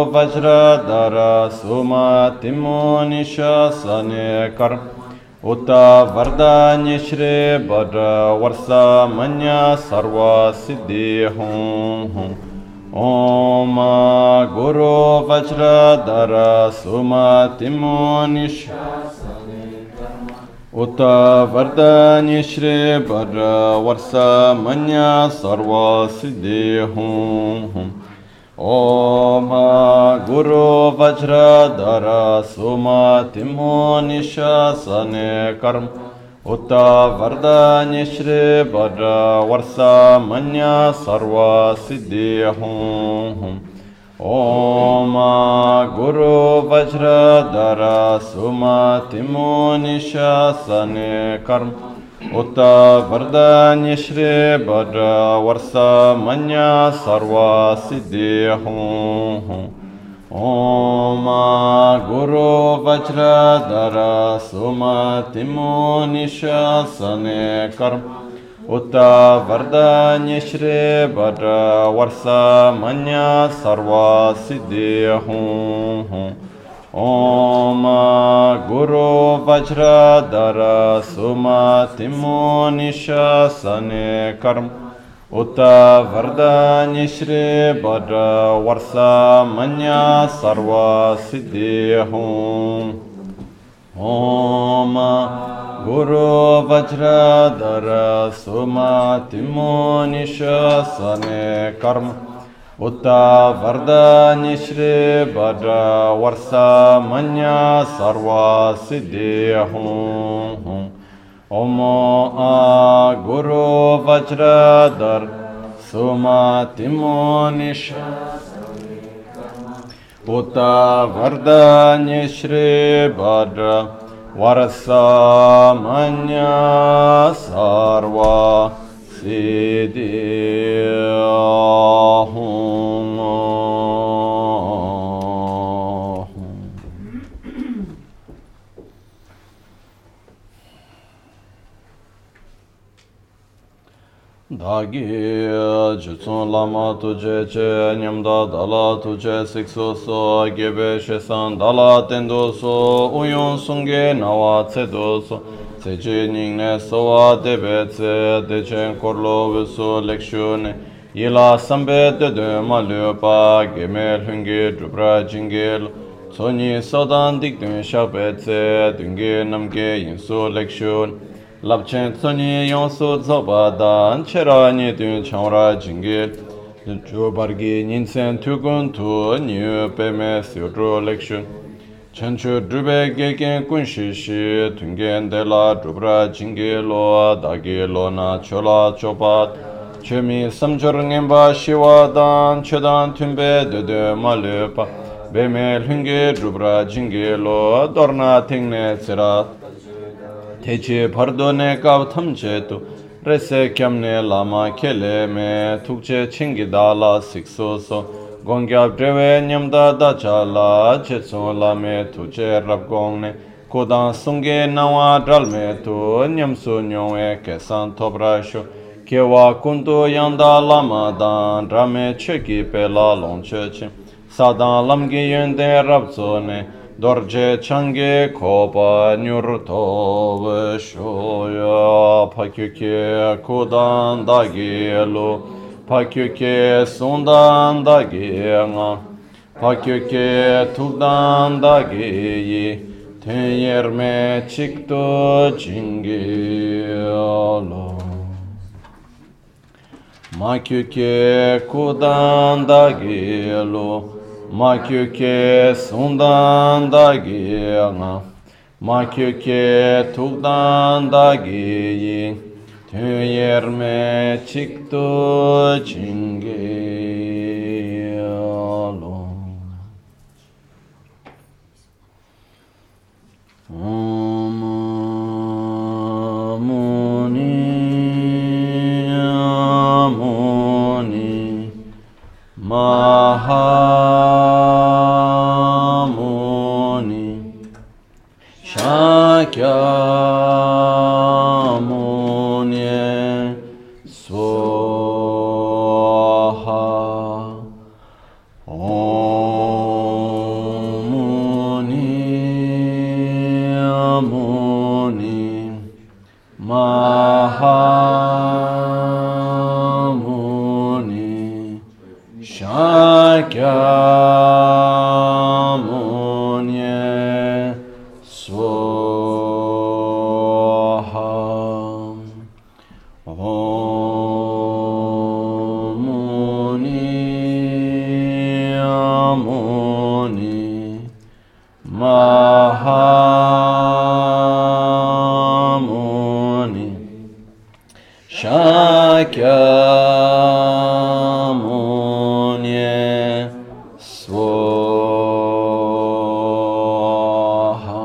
Vajradhara Sumatimo Nishasane Kar Uta Vardanya Shri Bhadra Varsa Manya Sarva Siddhi Hum Om Guru Vajradhara Sumatimo Nishasane Uta Vardanya Shri Bhadra Varsa Manya Sarva Siddhi Hum Om Guru Vajradhara Sumatimo Nishasane Karm Uta Vardanya Shri Bhadra Varsa Manya Sarva Siddhi Hum Om Guru Vajradhara Sumatimo Nishasane Karm Uta Vardanya Shri Bhadra Varsa Manya Sarva Siddhi Hum Om Guru Vajradhara Sumatimo Nishasane Karm Uta Vardanya Shri Bhadra Varsa Manya Sarva Siddhi Hum Om Guru Vajradhara Sumatimo Nishasane Karm Uta Vardanya Shri Bhadra Varsa Manya Sarva Siddhi Hum Om Guru Vajradhara Sumatimo Nishasane Karm Uta Vardanya Shri Bhadra Varsa Manya Sarva Siddhi Hum Om Guru Vajradhara Sumatimo Nishasane Uta Vardanya Shri Bhadra Varsa Manya Sarva Siddhi Hum Dagi Jutsun Lama Tuje Che Nyamda Dala Tuje Sikso So Gebe Shesan Dala Tendo So Uyon Sunge Nawa Tsedo So Seji Ningne Soa Debe Tse Dechen Korlo Viso Lekshune Yila Sambe Dede Malupa Gemel Hungi Drupra Jingil Soni Sodan Dikdun Shabe Tse Dungi Namge Yinso Lekshune Labchen Soni Yonsu Zobadan Cherani Dun Chanra Jingil Chubargi Ninsen Tukun Tu Nyu Peme Syudro Lekshune Chanchu Drube Gegen Kunshishi Tungen de la Drubra Jingilo Dagilo Na Chola Chopat Chemi Samjur Ngemba Shiwadan Chedan Tumbe Dede Malupa Bemel Hungi Drubra Jingilo Dorna Tingne Tsirat Techi Pardone Kav Tamchetu Rese Kyamne Lama Kele Me Tukche Chingidala Siksoso Gongyab Drewe Nyamda Dachala Chetso Lame Tuche Rabgongne Kodan Sunge Nawa Dralme Tu Nyamsu Nyongwe Kesan Tobrasho Kewa Kundu Yanda Lama Dan Rame Cheki Pela Longchechi Sadan Lamgi Yende Rabzone Dorje Change Kopa Nyurto Veshoya Pakyuke Kodan Dagelu Pakyuke Sundan Dagenga Pakyuke Tudan Dageyi Tenyerme Chikto Chingelo Makyuke Kodan Dagelu Makyuke Sundan Dagenga Makyuke Tudan Dageyi Tenyerme Chikto Chingelo Om Muni Muni Mahamuni Shakyamuni Swaha Om Shakyamunye Swaha. Om Muni Amuni Mahamuni Shakyamunye Swaha.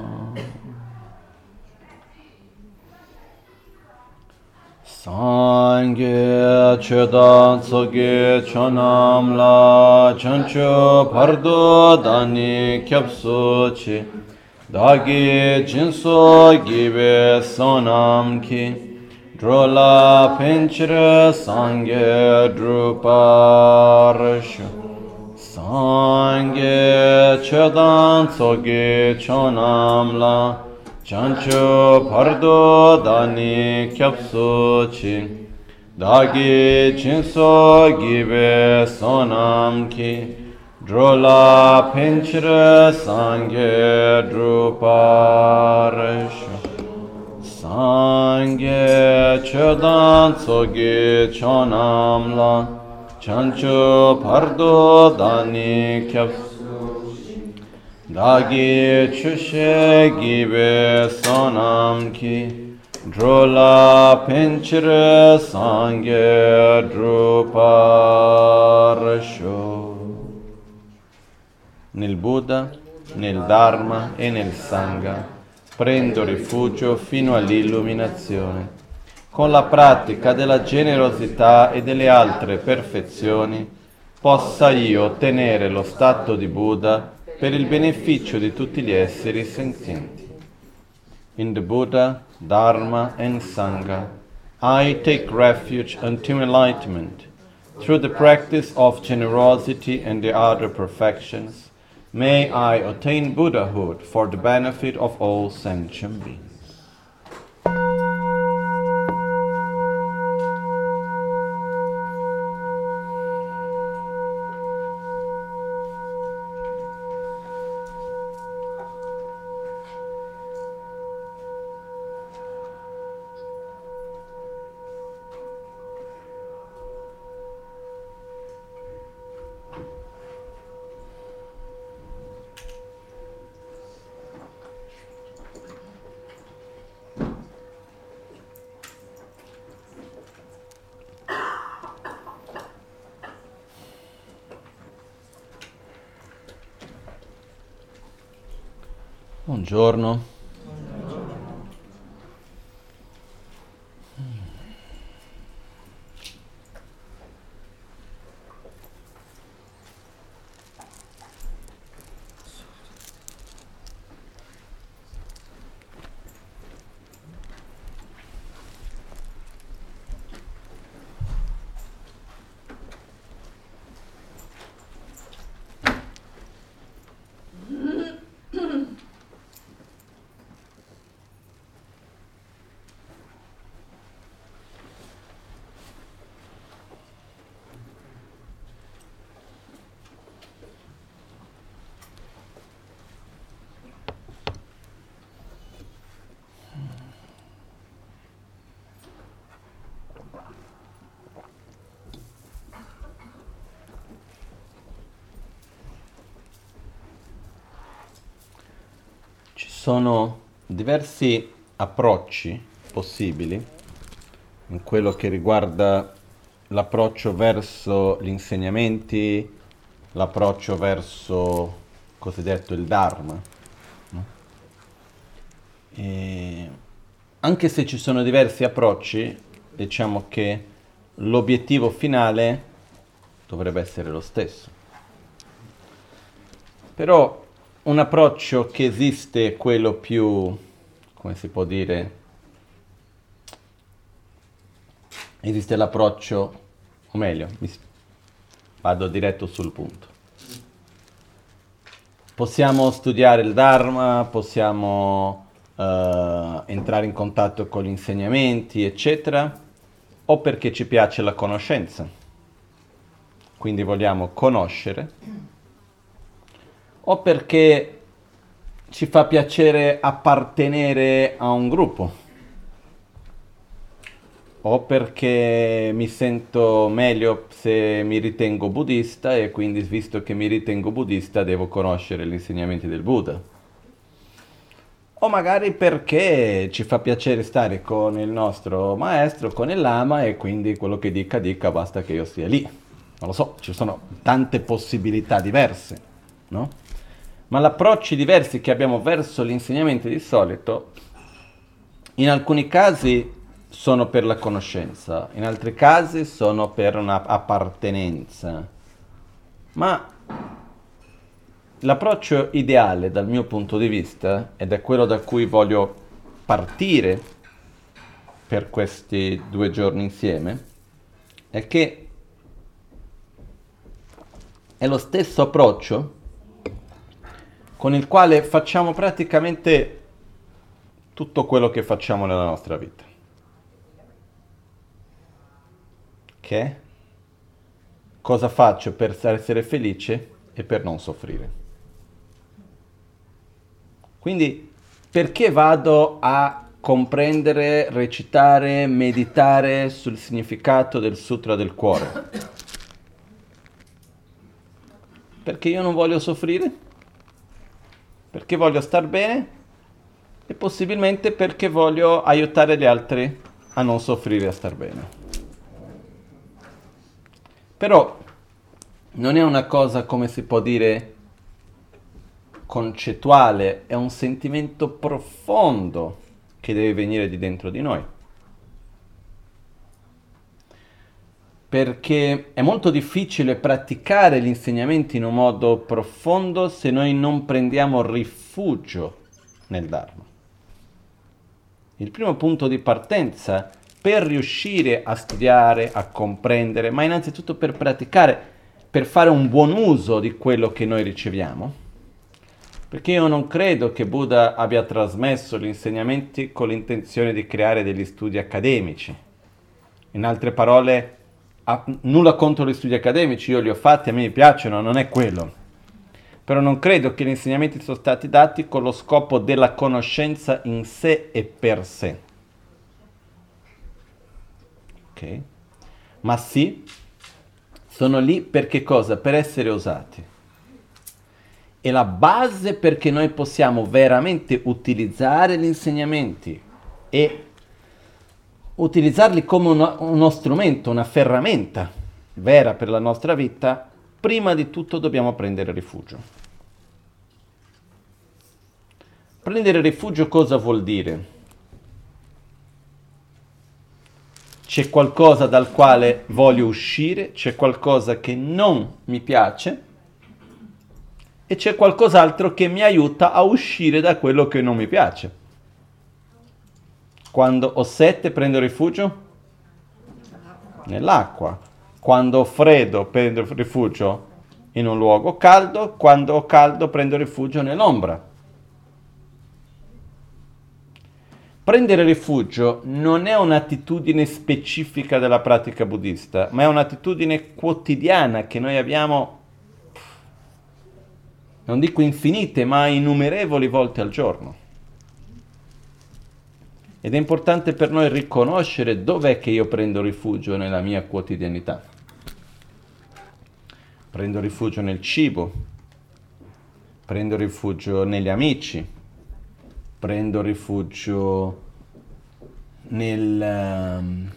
Sangye Chedan Tsoge Chonam La Chancho Pardo Dani Kyapso Chi Dagi Jinso Gibe Sonam Ki Drola Pinchira Sangye Druparshu. Sangye Chedan Tsoge Chonam La Chancho Pardo Dani Kyapso Chi Dagi Chinso Gibe Sonam Ki Drola Pinchira Sangye Druparshu. Sangye Chedan Tsoge Chonam La Chancho Pardo Dani Kyapso Dagi Chushe Gibe Sonam Ki Drola Pinchire Sangye Druparsho. Nel Buddha, nel Dharma e nel Sangha prendo rifugio fino all'illuminazione. Con la pratica della generosità e delle altre perfezioni possa io ottenere lo stato di Buddha per il beneficio di tutti gli esseri senzienti. In the Buddha, Dharma and Sangha, I take refuge until enlightenment. Through the practice of generosity and the other perfections, may I attain Buddhahood for the benefit of all sentient beings. Buongiorno. Ci sono diversi approcci possibili in quello che riguarda l'approccio verso gli insegnamenti, l'approccio verso cosiddetto il Dharma, no? E anche se ci sono diversi approcci, diciamo che l'obiettivo finale dovrebbe essere lo stesso. Però un approccio che esiste, quello più, come si può dire, esiste l'approccio, o meglio, vado diretto sul punto. Possiamo studiare il Dharma, possiamo entrare in contatto con gli insegnamenti, eccetera, o perché ci piace la conoscenza, quindi vogliamo conoscere, o perché ci fa piacere appartenere a un gruppo, o perché mi sento meglio se mi ritengo buddista e quindi visto che mi ritengo buddista devo conoscere gli insegnamenti del Buddha. O magari perché ci fa piacere stare con il nostro maestro, con il lama e quindi quello che dica dica, basta che io stia lì. Non lo so, ci sono tante possibilità diverse, no? Ma gli approcci diversi che abbiamo verso gli insegnamenti di solito, in alcuni casi sono per la conoscenza, in altri casi sono per una appartenenza. Ma l'approccio ideale dal mio punto di vista, ed è quello da cui voglio partire per questi 2 giorni insieme, è che è lo stesso approccio con il quale facciamo praticamente tutto quello che facciamo nella nostra vita. Che? Cosa faccio per essere felice e per non soffrire? Quindi perché vado a comprendere, recitare, meditare sul significato del Sutra del Cuore? Perché io non voglio soffrire? Perché voglio star bene? E possibilmente perché voglio aiutare gli altri a non soffrire e a star bene. Però non è una cosa, come si può dire, concettuale, è un sentimento profondo che deve venire di dentro di noi. Perché è molto difficile praticare gli insegnamenti in un modo profondo se noi non prendiamo rifugio nel Dharma. Il primo punto di partenza per riuscire a studiare, a comprendere, ma innanzitutto per praticare, per fare un buon uso di quello che noi riceviamo, perché io non credo che Buddha abbia trasmesso gli insegnamenti con l'intenzione di creare degli studi accademici. In altre parole, nulla contro gli studi accademici, io li ho fatti, a me mi piacciono, non è quello. Però non credo che gli insegnamenti sono stati dati con lo scopo della conoscenza in sé e per sé. Ok? Ma sì, sono lì per che cosa? Per essere usati. E la base perché noi possiamo veramente utilizzare gli insegnamenti e utilizzarli come uno strumento, una ferramenta vera per la nostra vita, prima di tutto dobbiamo prendere rifugio. Prendere rifugio cosa vuol dire? C'è qualcosa dal quale voglio uscire, c'è qualcosa che non mi piace e c'è qualcos'altro che mi aiuta a uscire da quello che non mi piace. Quando ho sete prendo rifugio? Nell'acqua. Quando ho freddo prendo rifugio in un luogo caldo, quando ho caldo prendo rifugio nell'ombra. Prendere rifugio non è un'attitudine specifica della pratica buddista, ma è un'attitudine quotidiana che noi abbiamo, non dico infinite, ma innumerevoli volte al giorno. Ed è importante per noi riconoscere dov'è che io prendo rifugio nella mia quotidianità. Prendo rifugio nel cibo, prendo rifugio negli amici, prendo rifugio nel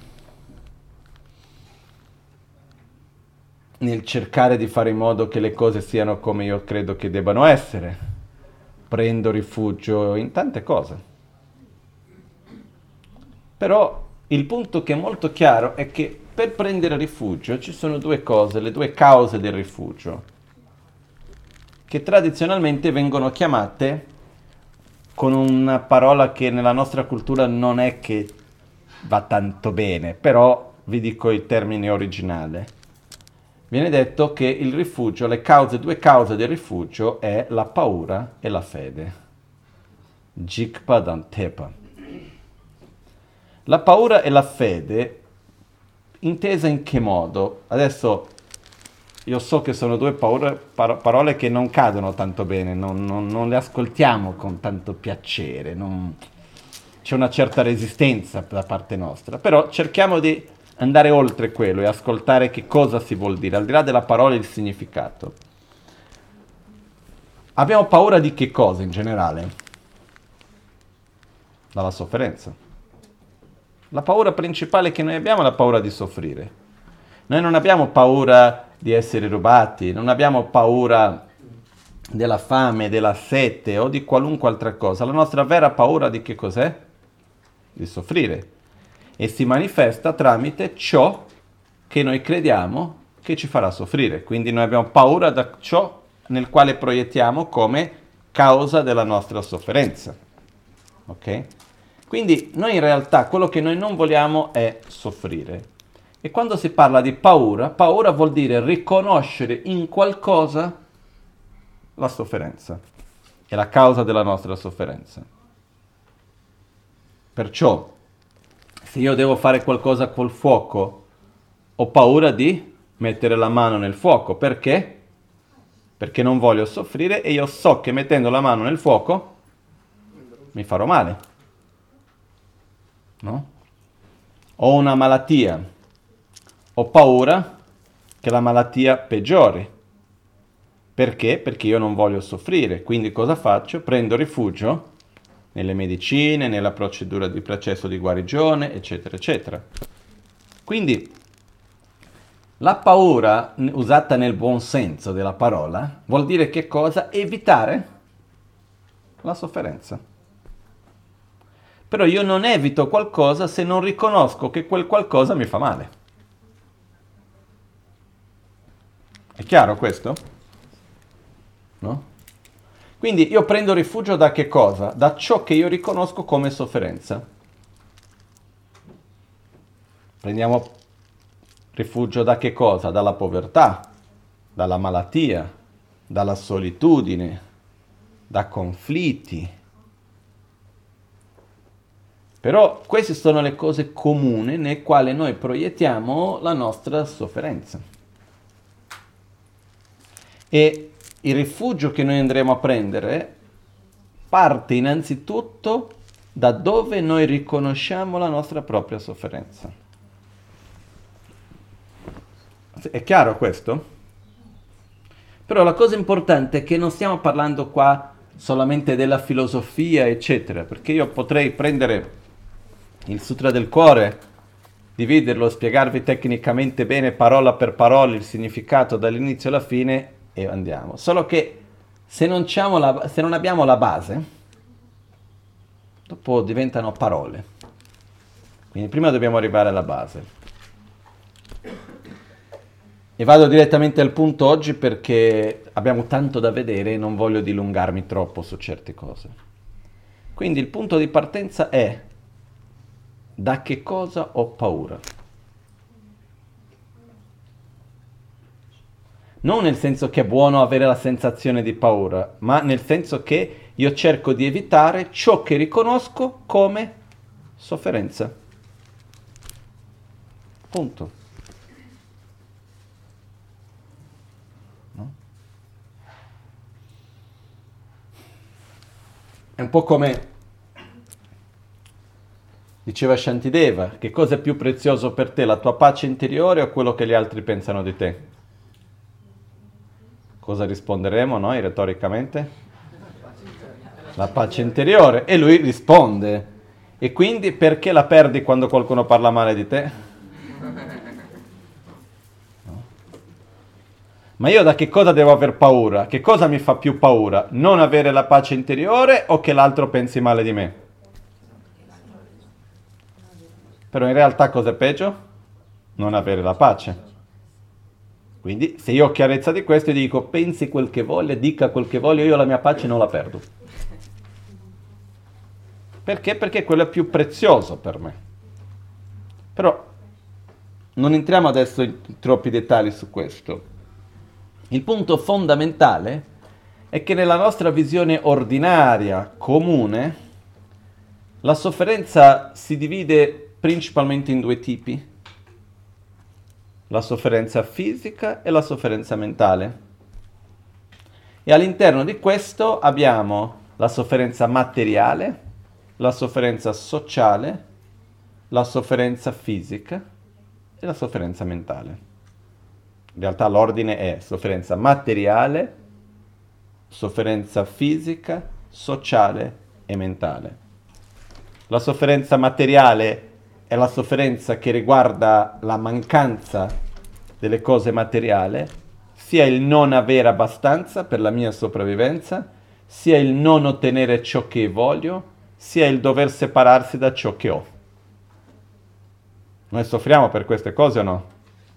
cercare di fare in modo che le cose siano come io credo che debbano essere. Prendo rifugio in tante cose. Però il punto che è molto chiaro è che per prendere rifugio ci sono 2 cose, le 2 cause del rifugio, che tradizionalmente vengono chiamate con una parola che nella nostra cultura non è che va tanto bene, però vi dico il termine originale. Viene detto che il rifugio, 2 cause del rifugio è la paura e la fede. Jikpa Dantepa. La paura e la fede, intesa in che modo? Adesso io so che sono due parole che non cadono tanto bene, non le ascoltiamo con tanto piacere, c'è una certa resistenza da parte nostra, però cerchiamo di andare oltre quello e ascoltare che cosa si vuol dire, al di là della parola e il significato. Abbiamo paura di che cosa in generale? Dalla sofferenza. La paura principale che noi abbiamo è la paura di soffrire. Noi non abbiamo paura di essere rubati, non abbiamo paura della fame, della sete o di qualunque altra cosa. La nostra vera paura di che cos'è? Di soffrire. E si manifesta tramite ciò che noi crediamo che ci farà soffrire. Quindi noi abbiamo paura da ciò nel quale proiettiamo come causa della nostra sofferenza. Ok? Quindi noi in realtà quello che noi non vogliamo è soffrire. E quando si parla di paura, paura vuol dire riconoscere in qualcosa la sofferenza. È la causa della nostra sofferenza. Perciò, se io devo fare qualcosa col fuoco, ho paura di mettere la mano nel fuoco. Perché? Perché non voglio soffrire e io so che mettendo la mano nel fuoco mi farò male. No? Ho una malattia, ho paura che la malattia peggiori. Perché? Perché io non voglio soffrire. Quindi cosa faccio? Prendo rifugio nelle medicine, nella procedura di processo di guarigione, eccetera, eccetera. Quindi la paura, usata nel buon senso della parola, vuol dire che cosa? Evitare la sofferenza. Però io non evito qualcosa se non riconosco che quel qualcosa mi fa male. È chiaro questo? No? Quindi io prendo rifugio da che cosa? Da ciò che io riconosco come sofferenza. Prendiamo rifugio da che cosa? Dalla povertà, dalla malattia, dalla solitudine, da conflitti. Però queste sono le cose comuni nelle quali noi proiettiamo la nostra sofferenza. E il rifugio che noi andremo a prendere parte innanzitutto da dove noi riconosciamo la nostra propria sofferenza. È chiaro questo? Però la cosa importante è che non stiamo parlando qua solamente della filosofia, eccetera, perché io potrei prendere il Sutra del Cuore, dividerlo, spiegarvi tecnicamente bene, parola per parola, il significato dall'inizio alla fine e andiamo. Solo che se non abbiamo la base, dopo diventano parole. Quindi prima dobbiamo arrivare alla base. E vado direttamente al punto oggi perché abbiamo tanto da vedere e non voglio dilungarmi troppo su certe cose. Quindi il punto di partenza è: da che cosa ho paura? Non nel senso che è buono avere la sensazione di paura, ma nel senso che io cerco di evitare ciò che riconosco come sofferenza. Punto. No? È un po' come diceva Shantideva, che cosa è più prezioso per te, la tua pace interiore o quello che gli altri pensano di te? Cosa risponderemo noi retoricamente? La pace interiore. E lui risponde: e quindi perché la perdi quando qualcuno parla male di te? No. Ma io da che cosa devo aver paura? Che cosa mi fa più paura? Non avere la pace interiore o che l'altro pensi male di me? Però in realtà cosa è peggio? Non avere la pace. Quindi se io ho chiarezza di questo, io dico: pensi quel che voglia, dica quel che voglio, io la mia pace non la perdo. Perché? Perché quello è più prezioso per me. Però non entriamo adesso in troppi dettagli su questo. Il punto fondamentale è che nella nostra visione ordinaria, comune, la sofferenza si divide principalmente in due tipi. la sofferenza fisica e la sofferenza mentale. E all'interno di questo abbiamo la sofferenza materiale, la sofferenza sociale, la sofferenza fisica e la sofferenza mentale. In realtà l'ordine è sofferenza materiale, sofferenza fisica, sociale e mentale. La sofferenza materiale è la sofferenza che riguarda la mancanza delle cose materiali, sia il non avere abbastanza per la mia sopravvivenza, sia il non ottenere ciò che voglio, sia il dover separarsi da ciò che ho. Noi soffriamo per queste cose o no?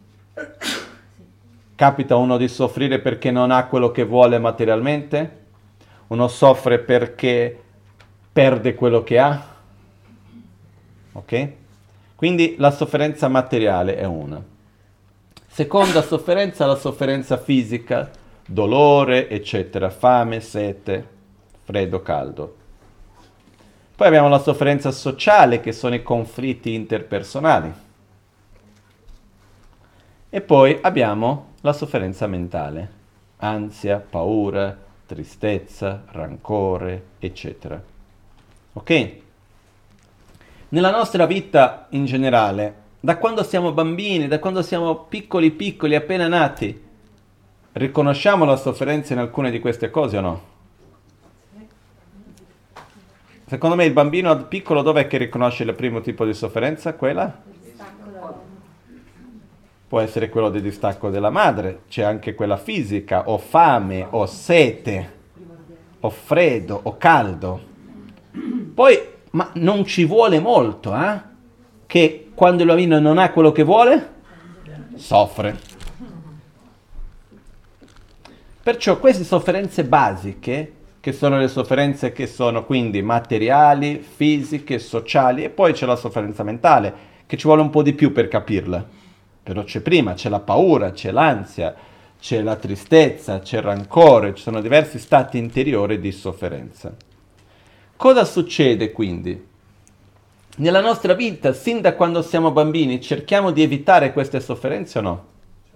Capita uno di soffrire perché non ha quello che vuole materialmente? Uno soffre perché perde quello che ha? Ok? Quindi la sofferenza materiale è una. Seconda sofferenza, la sofferenza fisica, dolore, eccetera, fame, sete, freddo, caldo. Poi abbiamo la sofferenza sociale, che sono i conflitti interpersonali. E poi abbiamo la sofferenza mentale, ansia, paura, tristezza, rancore, eccetera. Ok? Nella nostra vita in generale, da quando siamo bambini, da quando siamo piccoli, appena nati, riconosciamo la sofferenza in alcune di queste cose o no? Secondo me il bambino piccolo dov'è che riconosce il primo tipo di sofferenza? Quella? Può essere quello di distacco della madre, c'è anche quella fisica, o fame, o sete, o freddo, o caldo. Poi, ma non ci vuole molto, che quando il bambino non ha quello che vuole, soffre. Perciò queste sofferenze basiche, che sono le sofferenze che sono quindi materiali, fisiche, sociali, e poi c'è la sofferenza mentale, che ci vuole un po' di più per capirla. Però c'è prima, c'è la paura, c'è l'ansia, c'è la tristezza, c'è il rancore, ci sono diversi stati interiori di sofferenza. Cosa succede quindi? Nella nostra vita, sin da quando siamo bambini, cerchiamo di evitare queste sofferenze o no?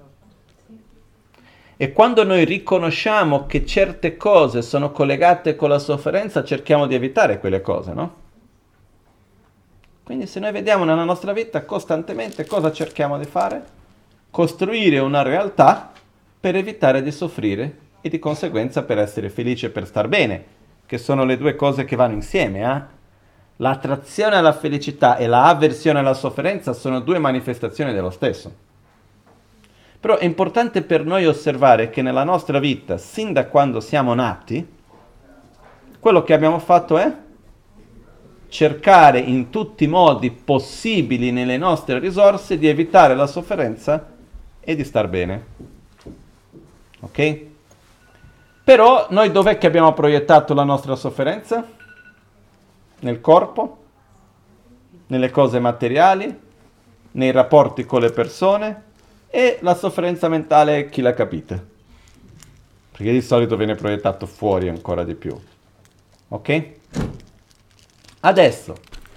E quando noi riconosciamo che certe cose sono collegate con la sofferenza, cerchiamo di evitare quelle cose, no? Quindi se noi vediamo nella nostra vita costantemente cosa cerchiamo di fare? Costruire una realtà per evitare di soffrire e di conseguenza per essere felici e per star bene, che sono le due cose che vanno insieme. L'attrazione alla felicità e l'avversione alla sofferenza sono due manifestazioni dello stesso. Però è importante per noi osservare che nella nostra vita, sin da quando siamo nati, quello che abbiamo fatto è cercare in tutti i modi possibili nelle nostre risorse di evitare la sofferenza e di star bene. Ok? Però noi dov'è che abbiamo proiettato la nostra sofferenza? Nel corpo? Nelle cose materiali? Nei rapporti con le persone? E la sofferenza mentale chi la capite? Perché di solito viene proiettato fuori ancora di più. Ok? Adesso,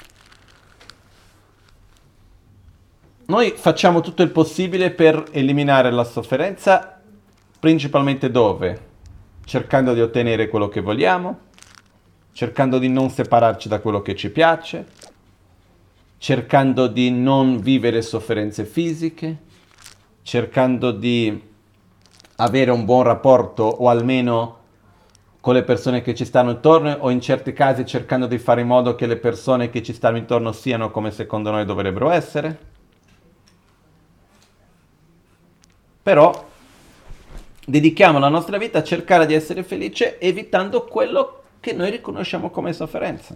noi facciamo tutto il possibile per eliminare la sofferenza, principalmente dove? Cercando di ottenere quello che vogliamo, cercando di non separarci da quello che ci piace, cercando di non vivere sofferenze fisiche, cercando di avere un buon rapporto o almeno con le persone che ci stanno intorno, o in certi casi cercando di fare in modo che le persone che ci stanno intorno siano come secondo noi dovrebbero essere. Però dedichiamo la nostra vita a cercare di essere felice evitando quello che noi riconosciamo come sofferenza.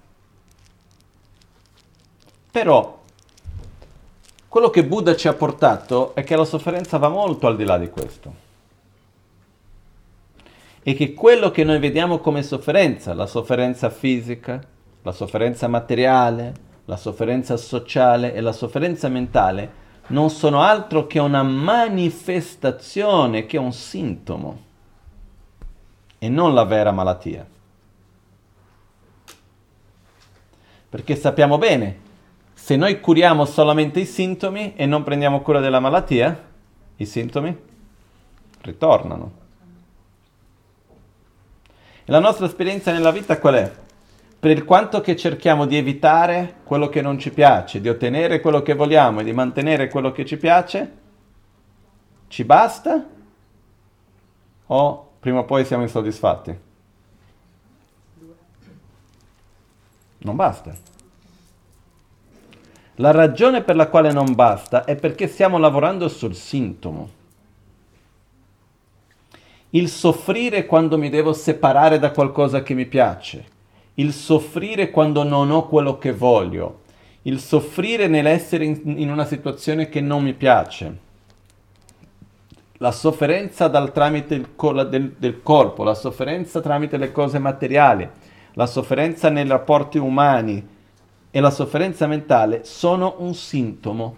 Però quello che Buddha ci ha portato è che la sofferenza va molto al di là di questo. E che quello che noi vediamo come sofferenza, la sofferenza fisica, la sofferenza materiale, la sofferenza sociale e la sofferenza mentale, non sono altro che una manifestazione, che è un sintomo, e non la vera malattia. Perché sappiamo bene, Se noi curiamo solamente i sintomi e non prendiamo cura della malattia, i sintomi ritornano. E la nostra esperienza nella vita qual è? Per il quanto che cerchiamo di evitare quello che non ci piace, di ottenere quello che vogliamo e di mantenere quello che ci piace, ci basta? O prima o poi siamo insoddisfatti? Non basta. La ragione per la quale non basta è perché stiamo lavorando sul sintomo. Il soffrire quando mi devo separare da qualcosa che mi piace, il soffrire quando non ho quello che voglio, il soffrire nell'essere in una situazione che non mi piace, la sofferenza tramite del corpo, la sofferenza tramite le cose materiali, la sofferenza nei rapporti umani e la sofferenza mentale sono un sintomo.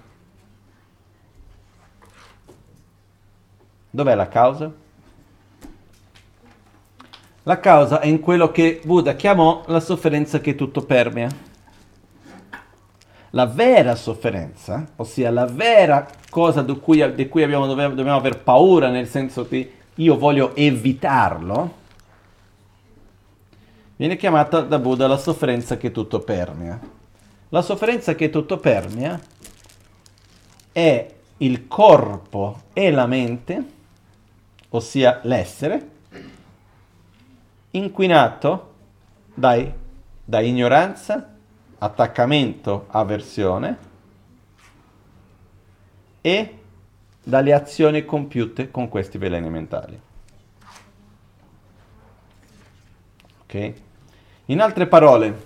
Dov'è la causa? La causa è in quello che Buddha chiamò la sofferenza che tutto permea. La vera sofferenza, ossia la vera cosa di cui dobbiamo aver paura, nel senso che io voglio evitarlo, viene chiamata da Buddha la sofferenza che tutto permea. La sofferenza che tutto permea è il corpo e la mente, ossia l'essere, inquinato da ignoranza, attaccamento, avversione e dalle azioni compiute con questi veleni mentali. Ok? In altre parole,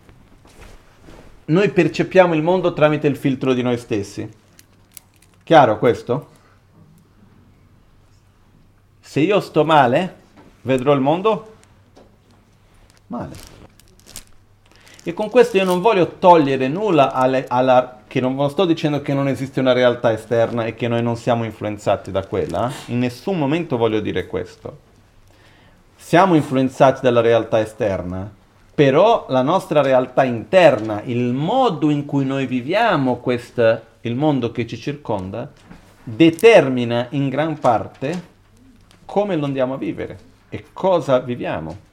noi percepiamo il mondo tramite il filtro di noi stessi. Chiaro questo? Se io sto male, vedrò il mondo male. E con questo io non voglio togliere nulla che non sto dicendo che non esiste una realtà esterna e che noi non siamo influenzati da quella. In nessun momento voglio dire questo. Siamo influenzati dalla realtà esterna, però la nostra realtà interna, il modo in cui noi viviamo il mondo che ci circonda, determina in gran parte come lo andiamo a vivere e cosa viviamo.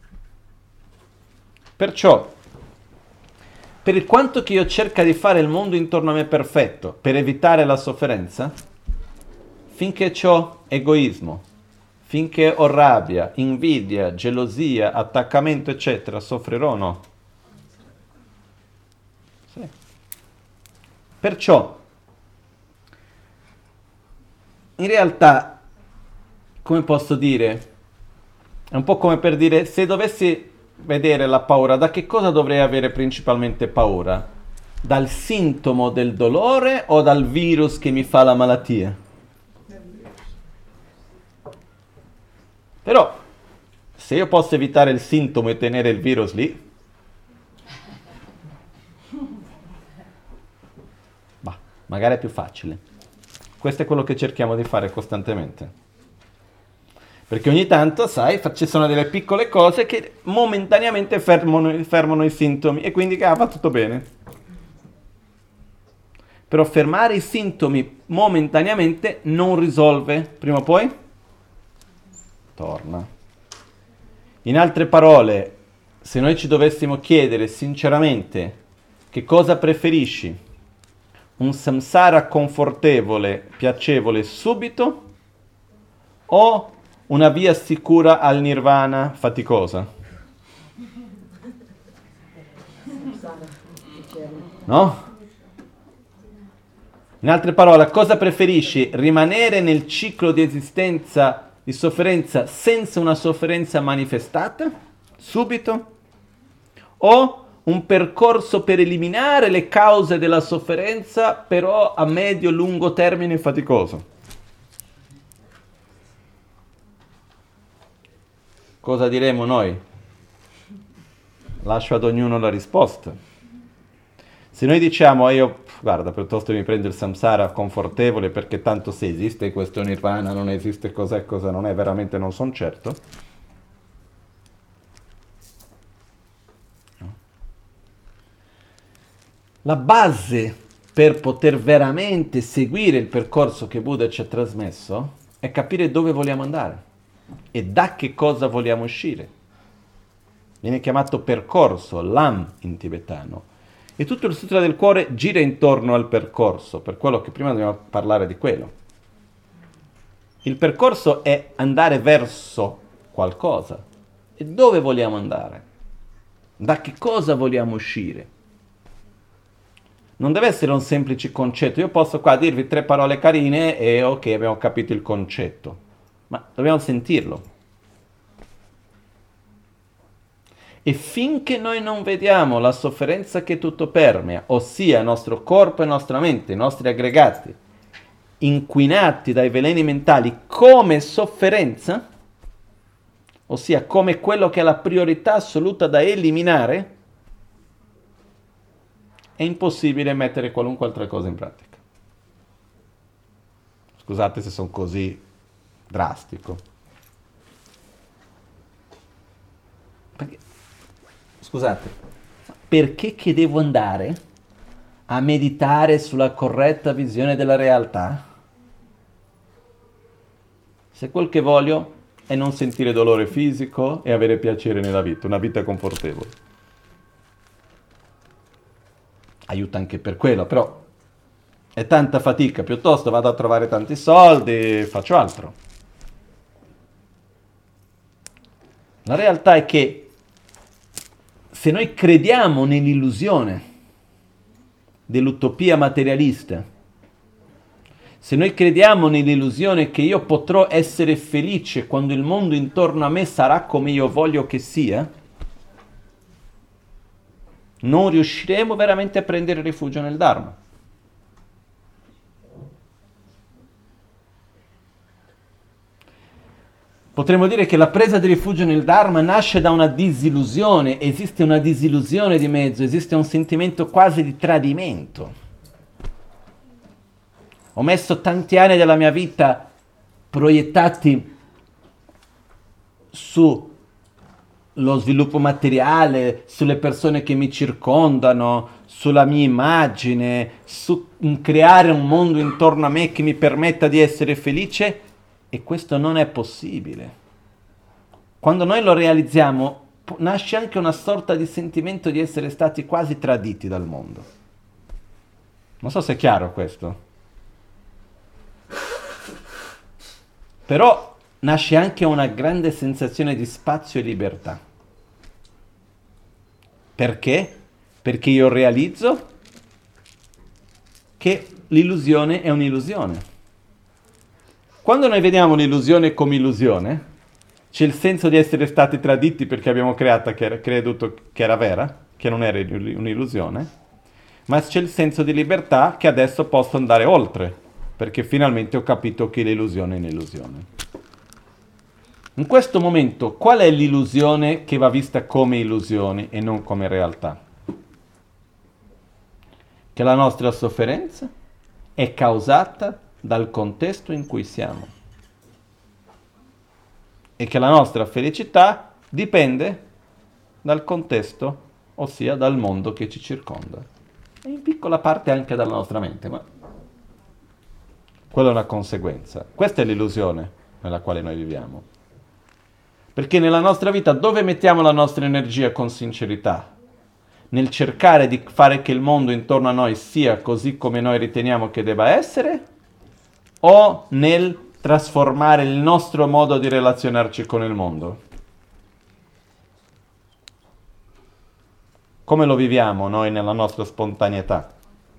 Perciò, per quanto che io cerca di fare il mondo intorno a me perfetto, per evitare la sofferenza, finché ho egoismo, finché ho rabbia, invidia, gelosia, attaccamento, eccetera, soffrirò o no? Sì. Perciò, in realtà, come posso dire, è un po' come per dire, se dovessi vedere la paura, da che cosa dovrei avere principalmente paura? Dal sintomo del dolore o dal virus che mi fa la malattia? Però, se io posso evitare il sintomo e tenere il virus lì, magari è più facile. Questo è quello che cerchiamo di fare costantemente. Perché ogni tanto, sai, ci sono delle piccole cose che momentaneamente fermano i sintomi e quindi va tutto bene. Però fermare i sintomi momentaneamente non risolve, prima o poi torna. In altre parole, se noi ci dovessimo chiedere sinceramente che cosa preferisci, un samsara confortevole, piacevole subito o una via sicura al nirvana faticosa? No? In altre parole, cosa preferisci? Rimanere nel ciclo di esistenza, di sofferenza, senza una sofferenza manifestata? Subito? O un percorso per eliminare le cause della sofferenza, però a medio-lungo termine faticoso? Cosa diremo noi? Lascio ad ognuno la risposta. Se noi diciamo, guarda, piuttosto mi prendo il samsara confortevole perché tanto se esiste questo nirvana, non esiste cos'è, cosa non è, veramente non sono certo. No. la base per poter veramente seguire il percorso che Buddha ci ha trasmesso è capire dove vogliamo andare e da che cosa vogliamo uscire. Viene chiamato percorso, Lam in tibetano. E tutto il Sutra del Cuore gira intorno al percorso, per quello che prima dobbiamo parlare di quello. Il percorso è andare verso qualcosa. E dove vogliamo andare? Da che cosa vogliamo uscire? Non deve essere un semplice concetto. Io posso qua dirvi 3 parole carine e ok, abbiamo capito il concetto. Ma dobbiamo sentirlo. E finché noi non vediamo la sofferenza che tutto permea, ossia il nostro corpo e la nostra mente, i nostri aggregati, inquinati dai veleni mentali come sofferenza, ossia come quello che è la priorità assoluta da eliminare, è impossibile mettere qualunque altra cosa in pratica. Scusate se sono così drastico. Perché che devo andare a meditare sulla corretta visione della realtà? Se quel che voglio è non sentire dolore fisico e avere piacere nella vita, una vita confortevole. Aiuta anche per quello, però è tanta fatica, piuttosto vado a trovare tanti soldi e faccio altro. La realtà è che se noi crediamo nell'illusione dell'utopia materialista, se noi crediamo nell'illusione che io potrò essere felice quando il mondo intorno a me sarà come io voglio che sia, non riusciremo veramente a prendere rifugio nel Dharma. Potremmo dire che la presa di rifugio nel Dharma nasce da una disillusione, esiste una disillusione di mezzo, esiste un sentimento quasi di tradimento. Ho messo tanti anni della mia vita proiettati sullo sviluppo materiale, sulle persone che mi circondano, sulla mia immagine, su creare un mondo intorno a me che mi permetta di essere felice. E questo non è possibile. Quando noi lo realizziamo, nasce anche una sorta di sentimento di essere stati quasi traditi dal mondo. Non so se è chiaro questo. Però nasce anche una grande sensazione di spazio e libertà. Perché? Perché io realizzo che l'illusione è un'illusione. Quando noi vediamo l'illusione come illusione, c'è il senso di essere stati traditi perché abbiamo creduto che era vera, che non era un'illusione, ma c'è il senso di libertà che adesso posso andare oltre, perché finalmente ho capito che l'illusione è un'illusione. In questo momento, qual è l'illusione che va vista come illusione e non come realtà? Che la nostra sofferenza è causata dal contesto in cui siamo e che la nostra felicità dipende dal contesto, ossia dal mondo che ci circonda e in piccola parte anche dalla nostra mente, ma quella è una conseguenza. Questa è l'illusione nella quale noi viviamo, perché nella nostra vita dove mettiamo la nostra energia con sincerità? Nel cercare di fare che il mondo intorno a noi sia così come noi riteniamo che debba essere, o nel trasformare il nostro modo di relazionarci con il mondo? Come lo viviamo noi nella nostra spontaneità?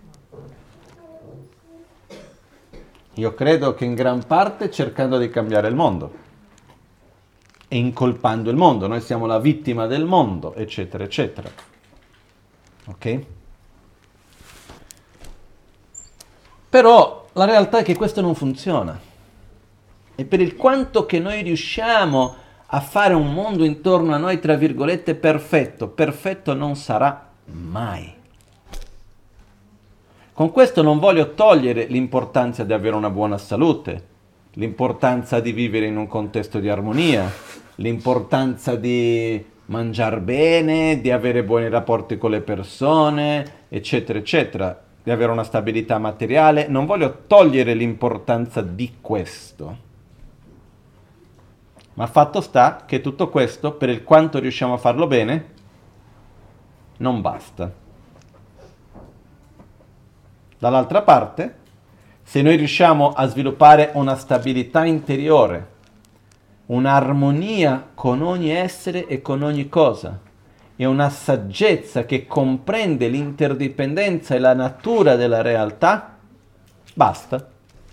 Io credo che in gran parte cercando di cambiare il mondo e incolpando il mondo. Noi siamo la vittima del mondo, eccetera, eccetera. Ok? Però la realtà è che questo non funziona. E per il quanto che noi riusciamo a fare un mondo intorno a noi, tra virgolette, perfetto, perfetto non sarà mai. Con questo non voglio togliere l'importanza di avere una buona salute, l'importanza di vivere in un contesto di armonia, l'importanza di mangiare bene, di avere buoni rapporti con le persone, eccetera, eccetera, di avere una stabilità materiale. Non voglio togliere l'importanza di questo, ma fatto sta che tutto questo, per il quanto riusciamo a farlo bene, non basta. Dall'altra parte, se noi riusciamo a sviluppare una stabilità interiore, un'armonia con ogni essere e con ogni cosa, e una saggezza che comprende l'interdipendenza e la natura della realtà, basta.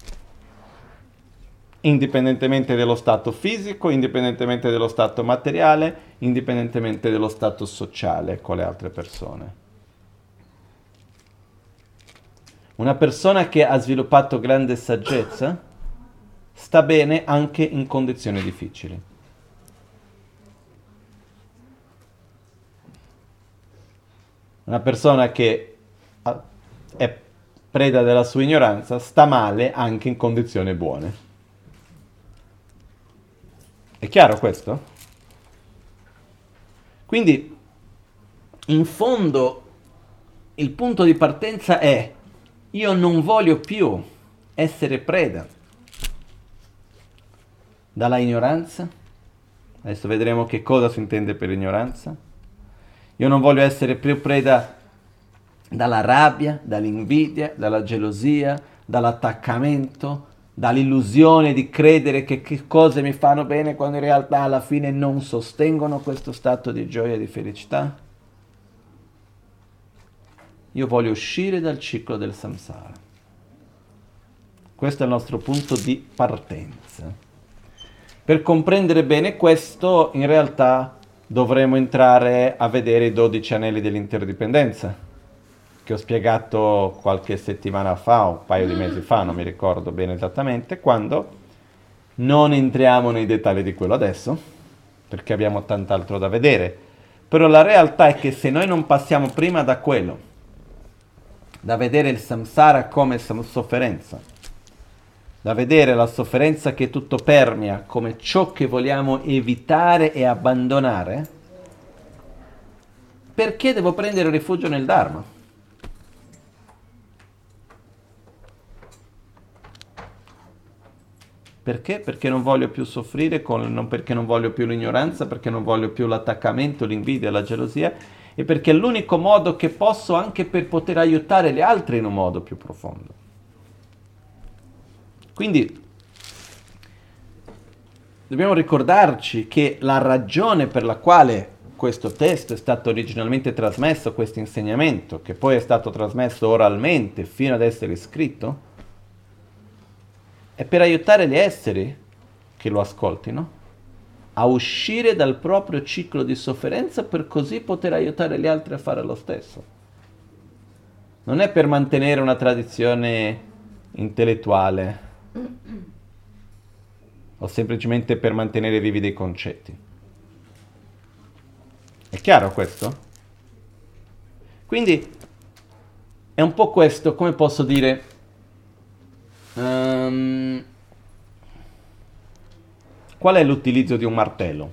Indipendentemente dello stato fisico, indipendentemente dello stato materiale, indipendentemente dello stato sociale con le altre persone. Una persona che ha sviluppato grande saggezza sta bene anche in condizioni difficili. Una persona che è preda della sua ignoranza sta male anche in condizioni buone. È chiaro questo? Quindi, in fondo, il punto di partenza è: io non voglio più essere preda dalla ignoranza. Adesso vedremo che cosa si intende per ignoranza. Io non voglio essere più preda dalla rabbia, dall'invidia, dalla gelosia, dall'attaccamento, dall'illusione di credere che cose mi fanno bene quando in realtà alla fine non sostengono questo stato di gioia e di felicità. Io voglio uscire dal ciclo del samsara. Questo è il nostro punto di partenza. Per comprendere bene questo, in realtà dovremo entrare a vedere i 12 anelli dell'interdipendenza, che ho spiegato qualche settimana fa, un paio di mesi fa, non mi ricordo bene esattamente quando. Non entriamo nei dettagli di quello adesso, perché abbiamo tant'altro da vedere. Però la realtà è che se noi non passiamo prima da quello, da vedere il samsara come sofferenza, da vedere la sofferenza che tutto permea come ciò che vogliamo evitare e abbandonare, perché devo prendere rifugio nel Dharma? Perché? Perché non voglio più soffrire, perché non voglio più l'ignoranza, perché non voglio più l'attaccamento, l'invidia, la gelosia, e perché è l'unico modo che posso anche per poter aiutare gli altri in un modo più profondo. Quindi dobbiamo ricordarci che la ragione per la quale questo testo è stato originalmente trasmesso, questo insegnamento, che poi è stato trasmesso oralmente fino ad essere scritto, è per aiutare gli esseri che lo ascoltino a uscire dal proprio ciclo di sofferenza per così poter aiutare gli altri a fare lo stesso. Non è per mantenere una tradizione intellettuale o semplicemente per mantenere vivi dei concetti. È chiaro questo? Quindi è un po' questo, come posso dire, qual è l'utilizzo di un martello?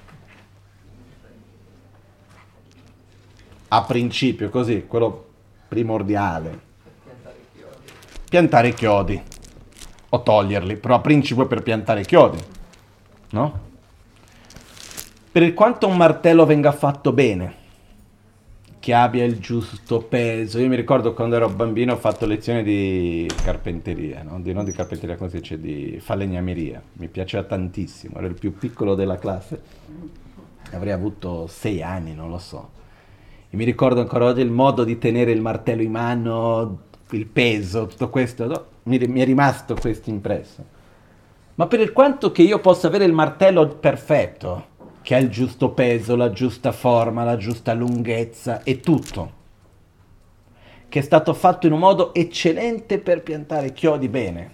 A principio, così, quello primordiale. Piantare chiodi. O toglierli, però a principio per piantare chiodi. No? Per quanto un martello venga fatto bene, che abbia il giusto peso. Io mi ricordo quando ero bambino ho fatto lezioni di carpenteria, no? Non di carpenteria, come si dice, di falegnameria. Mi piaceva tantissimo, ero il più piccolo della classe, avrei avuto 6 anni, non lo so. E mi ricordo ancora oggi il modo di tenere il martello in mano, il peso, tutto questo, no? Mi è rimasto questo impresso. Ma per il quanto che io possa avere il martello perfetto, che ha il giusto peso, la giusta forma, la giusta lunghezza e tutto, che è stato fatto in un modo eccellente per piantare chiodi bene.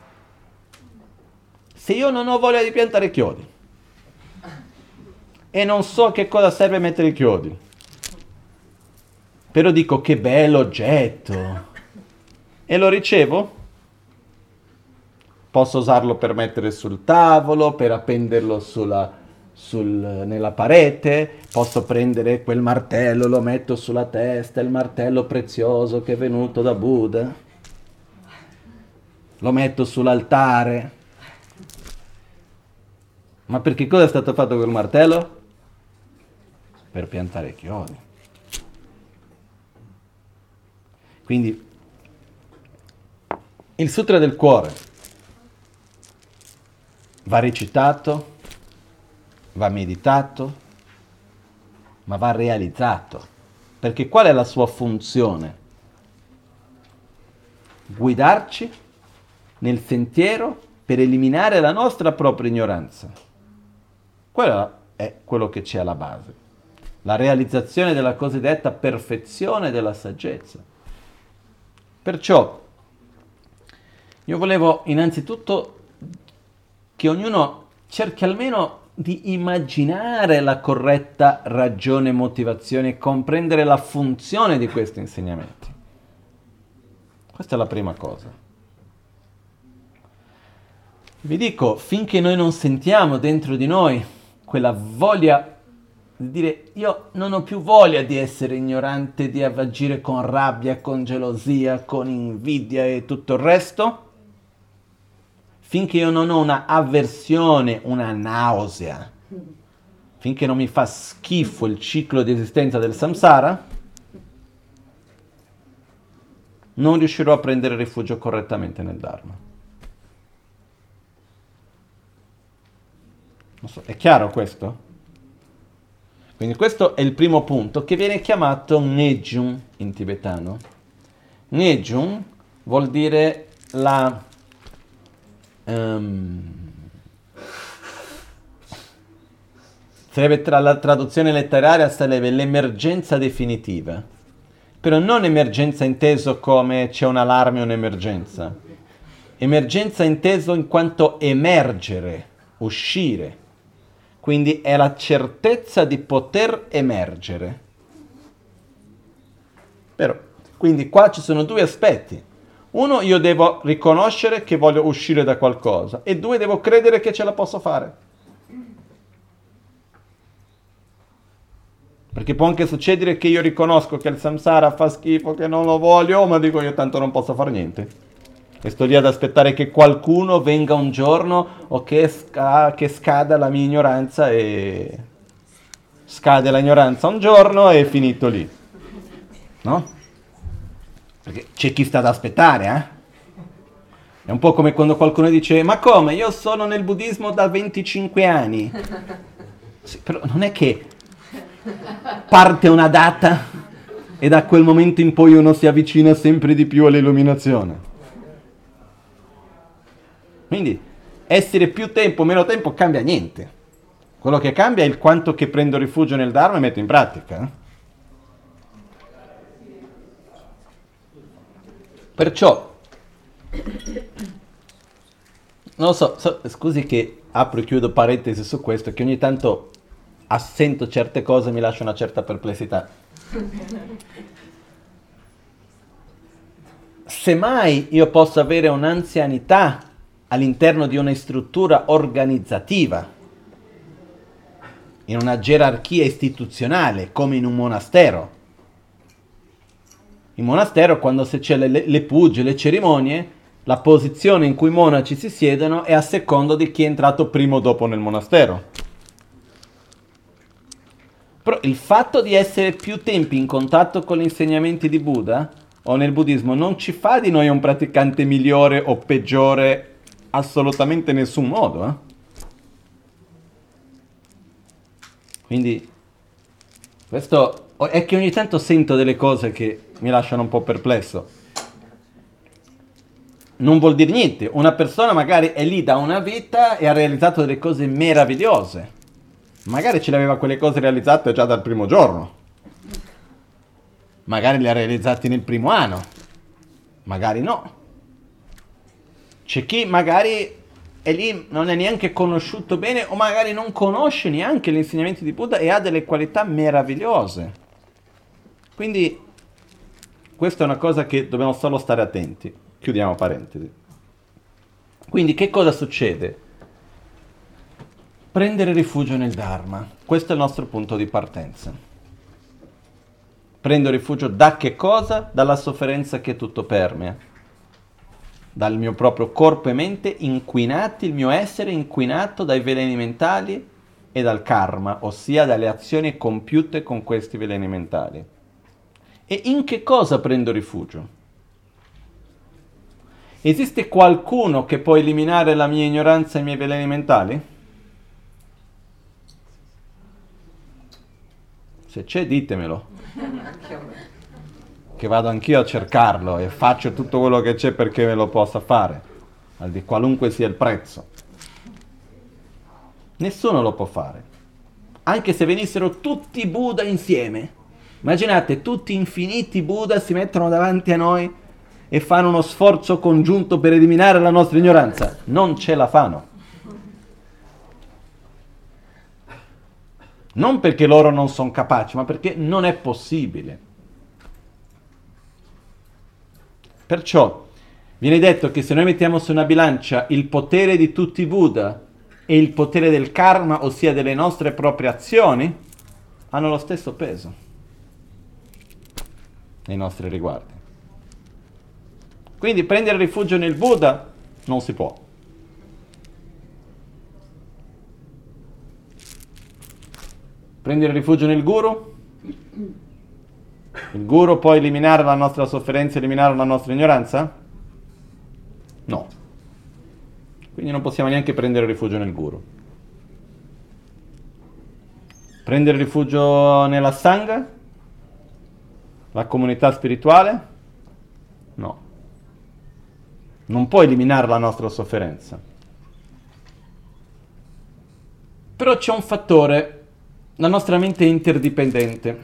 Se io non ho voglia di piantare chiodi e non so che cosa serve mettere i chiodi, però dico che bello oggetto e lo ricevo, posso usarlo per mettere sul tavolo, per appenderlo sulla nella parete, posso prendere quel martello, lo metto sulla testa, il martello prezioso che è venuto da Buddha, lo metto sull'altare. Ma per che cosa è stato fatto quel martello? Per piantare chiodi. Quindi il Sutra del Cuore va recitato, va meditato, ma va realizzato. Perché qual è la sua funzione? Guidarci nel sentiero per eliminare la nostra propria ignoranza. Quello è quello che c'è alla base. La realizzazione della cosiddetta perfezione della saggezza. Perciò io volevo innanzitutto che ognuno cerchi almeno di immaginare la corretta ragione e motivazione e comprendere la funzione di questi insegnamenti. Questa è la prima cosa. Vi dico, finché noi non sentiamo dentro di noi quella voglia di dire io non ho più voglia di essere ignorante, di agire con rabbia, con gelosia, con invidia e tutto il resto, finché io non ho una avversione, una nausea, finché non mi fa schifo il ciclo di esistenza del samsara, non riuscirò a prendere rifugio correttamente nel Dharma. Non so, è chiaro questo? Quindi questo è il primo punto che viene chiamato Nejun in tibetano. Nejun vuol dire la sarebbe la traduzione letteraria sarebbe l'emergenza definitiva, però non emergenza inteso come c'è un allarme o un'emergenza, emergenza inteso in quanto emergere, uscire. Quindi è la certezza di poter emergere. Però, quindi qua ci sono due aspetti. Uno, io devo riconoscere che voglio uscire da qualcosa. E due, devo credere che ce la posso fare. Perché può anche succedere che io riconosco che il samsara fa schifo, che non lo voglio, ma dico io tanto non posso fare niente. E sto lì ad aspettare che qualcuno venga un giorno o che scada la mia ignoranza e scade la ignoranza un giorno e è finito lì. No? Perché c'è chi sta ad aspettare, È un po' come quando qualcuno dice ma come? Io sono nel buddismo da 25 anni. Sì, però non è che parte una data e da quel momento in poi uno si avvicina sempre di più all'illuminazione. Quindi essere più tempo o meno tempo cambia niente. Quello che cambia è il quanto che prendo rifugio nel Dharma e metto in pratica. Perciò, non lo so, scusi che apro e chiudo parentesi su questo, che ogni tanto assento certe cose e mi lascia una certa perplessità. Semmai io posso avere un'anzianità all'interno di una struttura organizzativa, in una gerarchia istituzionale, come in un monastero. In monastero, quando c'è le puge, le cerimonie, la posizione in cui i monaci si siedono è a secondo di chi è entrato prima o dopo nel monastero. Però il fatto di essere più tempi in contatto con gli insegnamenti di Buddha o nel buddismo non ci fa di noi un praticante migliore o peggiore assolutamente in nessun modo. Quindi questo è che ogni tanto sento delle cose che mi lasciano un po' perplesso. Non vuol dire niente. Una persona magari è lì da una vita e ha realizzato delle cose meravigliose. Magari ce le aveva quelle cose realizzate già dal primo giorno. Magari le ha realizzate nel primo anno. Magari no. C'è chi magari è lì, non è neanche conosciuto bene o magari non conosce neanche gli insegnamenti di Buddha e ha delle qualità meravigliose. Quindi questa è una cosa che dobbiamo solo stare attenti. Chiudiamo parentesi. Quindi che cosa succede? Prendere rifugio nel Dharma. Questo è il nostro punto di partenza. Prendo rifugio da che cosa? Dalla sofferenza che tutto permea. Dal mio proprio corpo e mente inquinati, il mio essere inquinato dai veleni mentali e dal karma, ossia dalle azioni compiute con questi veleni mentali. E in che cosa prendo rifugio? Esiste qualcuno che può eliminare la mia ignoranza e i miei veleni mentali? Se c'è, ditemelo. Che vado anch'io a cercarlo e faccio tutto quello che c'è perché me lo possa fare, al di qualunque sia il prezzo. Nessuno lo può fare. Anche se venissero tutti i Buddha insieme. Immaginate, tutti infiniti Buddha si mettono davanti a noi e fanno uno sforzo congiunto per eliminare la nostra ignoranza. Non ce la fanno. Non perché loro non sono capaci, ma perché non è possibile. Perciò viene detto che se noi mettiamo su una bilancia il potere di tutti i Buddha e il potere del karma, ossia delle nostre proprie azioni, hanno lo stesso peso nei nostri riguardi. Quindi prendere rifugio nel Buddha non si può. Prendere rifugio nel Guru? Il Guru può eliminare la nostra sofferenza, eliminare la nostra ignoranza? No. Quindi non possiamo neanche prendere rifugio nel Guru. Prendere rifugio nella Sangha? La comunità spirituale? No. Non può eliminare la nostra sofferenza. Però c'è un fattore. La nostra mente è interdipendente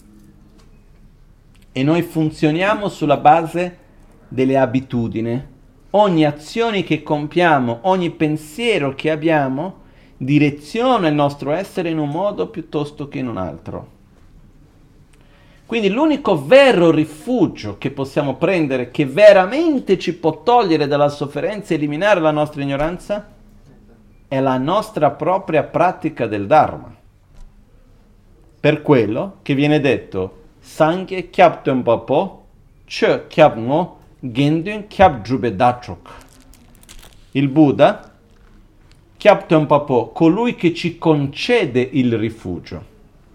e noi funzioniamo sulla base delle abitudini. Ogni azione che compiamo, ogni pensiero che abbiamo, direziona il nostro essere in un modo piuttosto che in un altro. Quindi l'unico vero rifugio che possiamo prendere, che veramente ci può togliere dalla sofferenza e eliminare la nostra ignoranza, è la nostra propria pratica del Dharma. Per quello che viene detto Sangye kyabten papo che kyabno gendun kyabjube datrok. Il Buddha, kyabten papo, colui che ci concede il rifugio.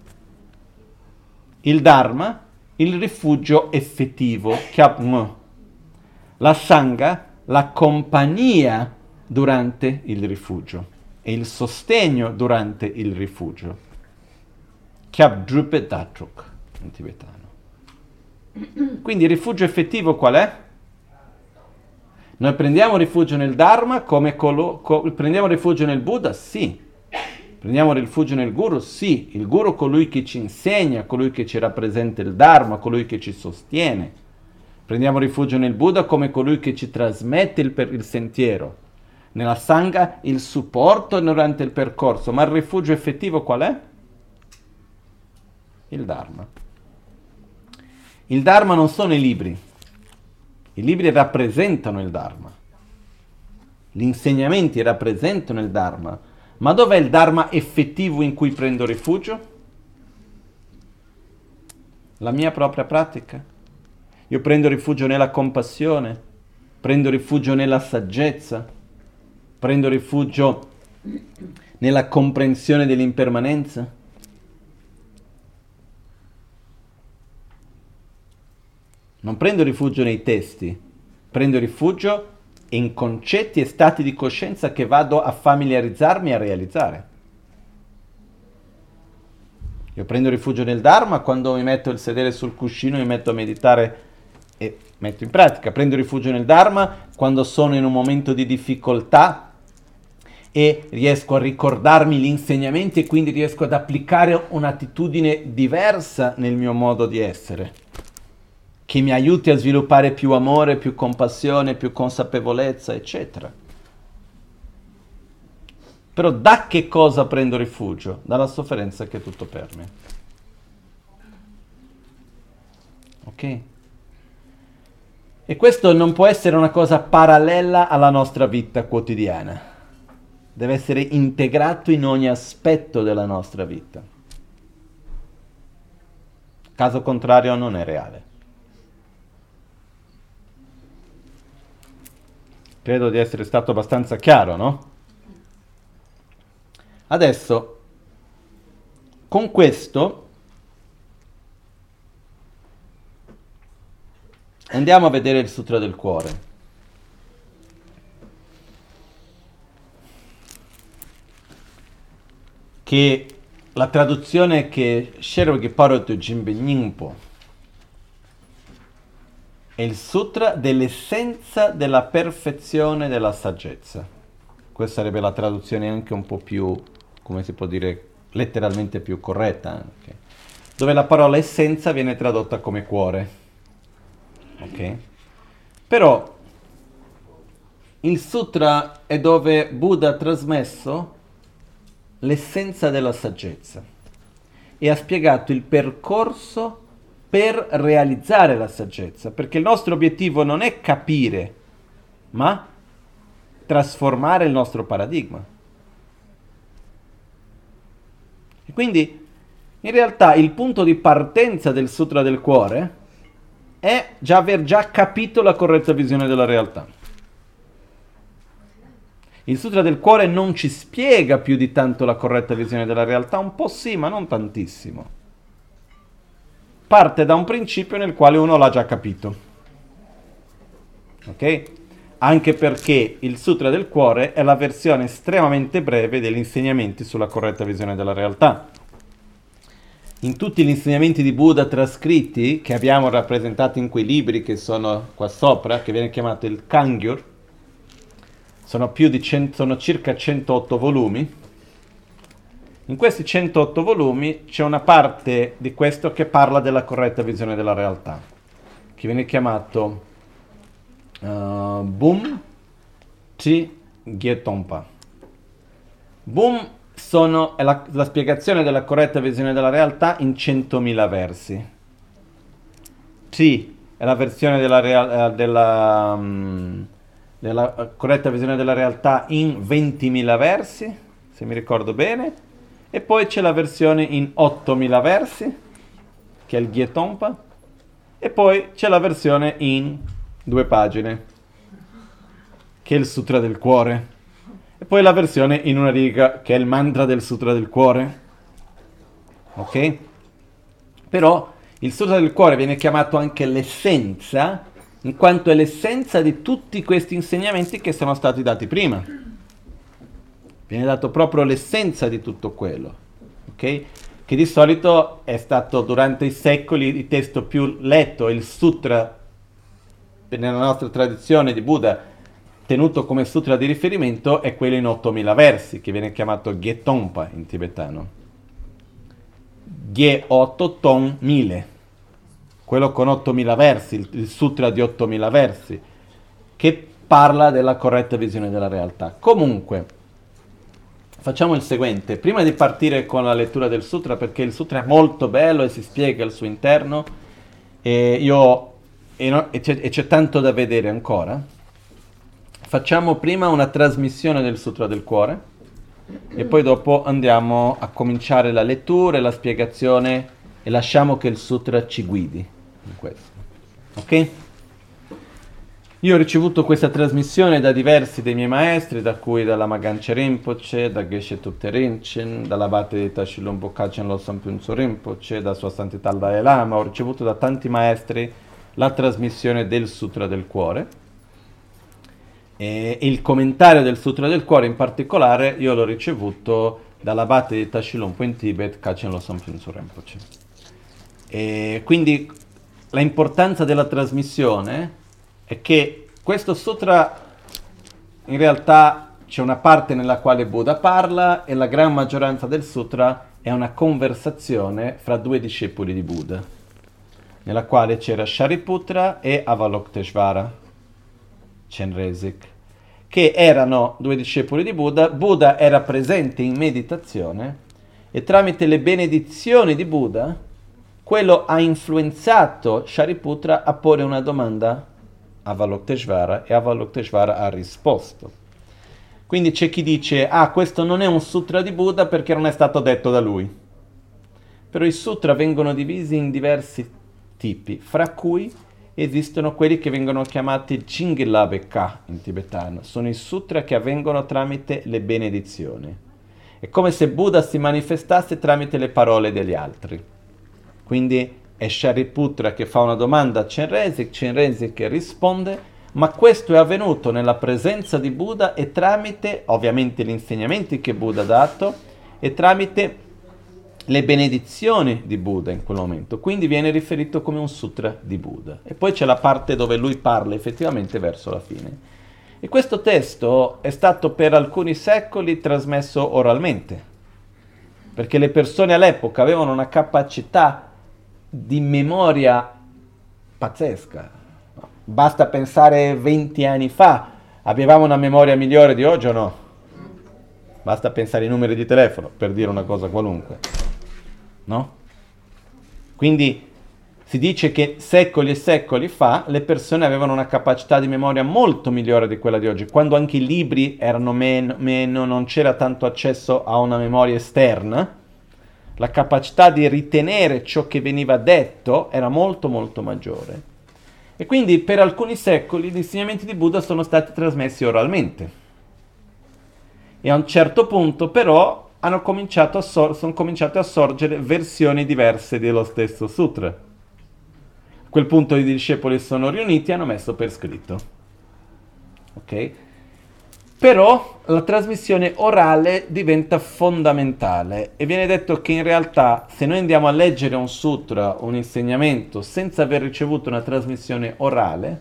Il Dharma, il rifugio effettivo, kyabno. La Sangha, la compagnia durante il rifugio e il sostegno durante il rifugio. Kyabdrupe Datruk in tibetano. Quindi il rifugio effettivo qual è? Noi prendiamo rifugio nel Dharma come prendiamo rifugio nel Buddha? Sì. Prendiamo rifugio nel Guru? Sì. Il Guru è colui che ci insegna, colui che ci rappresenta il Dharma, colui che ci sostiene. Prendiamo rifugio nel Buddha come colui che ci trasmette il sentiero. Nella Sangha il supporto durante il percorso. Ma il rifugio effettivo qual è? Il Dharma. Il Dharma non sono i libri. I libri rappresentano il Dharma. Gli insegnamenti rappresentano il Dharma. Ma dov'è il Dharma effettivo in cui prendo rifugio? La mia propria pratica. Io prendo rifugio nella compassione, prendo rifugio nella saggezza, prendo rifugio nella comprensione dell'impermanenza. Non prendo rifugio nei testi, prendo rifugio in concetti e stati di coscienza che vado a familiarizzarmi e a realizzare. Io prendo rifugio nel Dharma quando mi metto il sedere sul cuscino, mi metto a meditare e metto in pratica. Prendo rifugio nel Dharma quando sono in un momento di difficoltà e riesco a ricordarmi gli insegnamenti e quindi riesco ad applicare un'attitudine diversa nel mio modo di essere, che mi aiuti a sviluppare più amore, più compassione, più consapevolezza, eccetera. Però da che cosa prendo rifugio? Dalla sofferenza che tutto permea. Ok? E questo non può essere una cosa parallela alla nostra vita quotidiana. deve essere integrato in ogni aspetto della nostra vita. Caso contrario non è reale. Credo di essere stato abbastanza chiaro, no? Adesso, con questo, andiamo a vedere il Sutra del Cuore. Che la traduzione che Sherogye Parotu Jinbe Nyingpo è il Sutra dell'essenza della perfezione della saggezza. Questa sarebbe la traduzione anche un po' più, come si può dire, letteralmente più corretta anche. Dove la parola essenza viene tradotta come cuore. Ok? Però il sutra è dove Buddha ha trasmesso l'essenza della saggezza e ha spiegato il percorso per realizzare la saggezza, perché il nostro obiettivo non è capire, ma trasformare il nostro paradigma. E quindi, in realtà, il punto di partenza del Sutra del Cuore è aver già capito la corretta visione della realtà. Il Sutra del Cuore non ci spiega più di tanto la corretta visione della realtà, un po' sì, ma non tantissimo. Parte da un principio nel quale uno l'ha già capito. Ok? Anche perché il Sutra del Cuore è la versione estremamente breve degli insegnamenti sulla corretta visione della realtà. In tutti gli insegnamenti di Buddha trascritti, che abbiamo rappresentato in quei libri che sono qua sopra, che viene chiamato il Kangyur, sono circa 108 volumi. In questi 108 volumi c'è una parte di questo che parla della corretta visione della realtà, che viene chiamato Bum Chi Gyetongpa. Bum è la spiegazione della corretta visione della realtà in 100.000 versi. Chi è la versione della corretta visione della realtà in 20.000 versi, se mi ricordo bene, e poi c'è la versione in 8.000 versi, che è il Gyetongpa, e poi c'è la versione in 2 pagine, che è il Sutra del Cuore, e poi la versione in 1 riga, che è il mantra del Sutra del Cuore. Ok? Però il Sutra del Cuore viene chiamato anche l'essenza, in quanto è l'essenza di tutti questi insegnamenti che sono stati dati prima. Viene dato proprio l'essenza di tutto quello, ok? Che di solito è stato durante i secoli il testo più letto, il sutra, nella nostra tradizione di Buddha, tenuto come sutra di riferimento, è quello in 8.000 versi, che viene chiamato Gyetongpa in tibetano. Gye 8, Tong 1000. Quello con 8.000 versi, il sutra di 8.000 versi, che parla della corretta visione della realtà. Comunque, facciamo il seguente. Prima di partire con la lettura del sutra, perché il sutra è molto bello e si spiega al suo interno, e c'è tanto da vedere ancora, facciamo prima una trasmissione del Sutra del Cuore, e poi dopo andiamo a cominciare la lettura e la spiegazione, e lasciamo che il Sutra ci guidi in questo. Ok? Io ho ricevuto questa trasmissione da diversi dei miei maestri, da cui dalla Maganche Rinpoche, da Geshe Thupten Rinchen, dall'abate di Tashilompo Kachen Losam Phunso Rinpoche, da Sua Santità il Dalai Lama. Ho ricevuto da tanti maestri la trasmissione del Sutra del Cuore. E il commentario del Sutra del Cuore in particolare io l'ho ricevuto dall'abate di Tashilompo in Tibet, Kachen Losam Phunso Rinpoche. E quindi l'importanza della trasmissione è che questo sutra, in realtà c'è una parte nella quale Buddha parla, e la gran maggioranza del sutra è una conversazione fra 2 discepoli di Buddha, nella quale c'era Shariputra e Avalokiteshvara Chenrezig, che erano 2 discepoli di Buddha. Buddha era presente in meditazione e tramite le benedizioni di Buddha, quello ha influenzato Shariputra a porre una domanda a Avalokiteshvara, e Avalokiteshvara ha risposto. Quindi c'è chi dice, questo non è un sutra di Buddha perché non è stato detto da lui. Però i sutra vengono divisi in diversi tipi, fra cui esistono quelli che vengono chiamati Jingilabeka in tibetano. Sono i sutra che avvengono tramite le benedizioni. È come se Buddha si manifestasse tramite le parole degli altri. Quindi è Shariputra che fa una domanda a Chenrezig che risponde, ma questo è avvenuto nella presenza di Buddha e tramite, ovviamente, gli insegnamenti che Buddha ha dato e tramite le benedizioni di Buddha in quel momento. Quindi viene riferito come un sutra di Buddha. E poi c'è la parte dove lui parla effettivamente verso la fine. E questo testo è stato per alcuni secoli trasmesso oralmente, perché le persone all'epoca avevano una capacità di memoria pazzesca. Basta pensare 20 anni fa, avevamo una memoria migliore di oggi o no? Basta pensare ai numeri di telefono, per dire una cosa qualunque. No? Quindi si dice che secoli e secoli fa le persone avevano una capacità di memoria molto migliore di quella di oggi, quando anche i libri erano meno, non c'era tanto accesso a una memoria esterna, la capacità di ritenere ciò che veniva detto era molto molto maggiore. E quindi per alcuni secoli gli insegnamenti di Buddha sono stati trasmessi oralmente. E a un certo punto però sono cominciate a sorgere versioni diverse dello stesso sutra. A quel punto i discepoli sono riuniti e hanno messo per scritto. Ok? Però la trasmissione orale diventa fondamentale e viene detto che in realtà se noi andiamo a leggere un sutra, un insegnamento, senza aver ricevuto una trasmissione orale,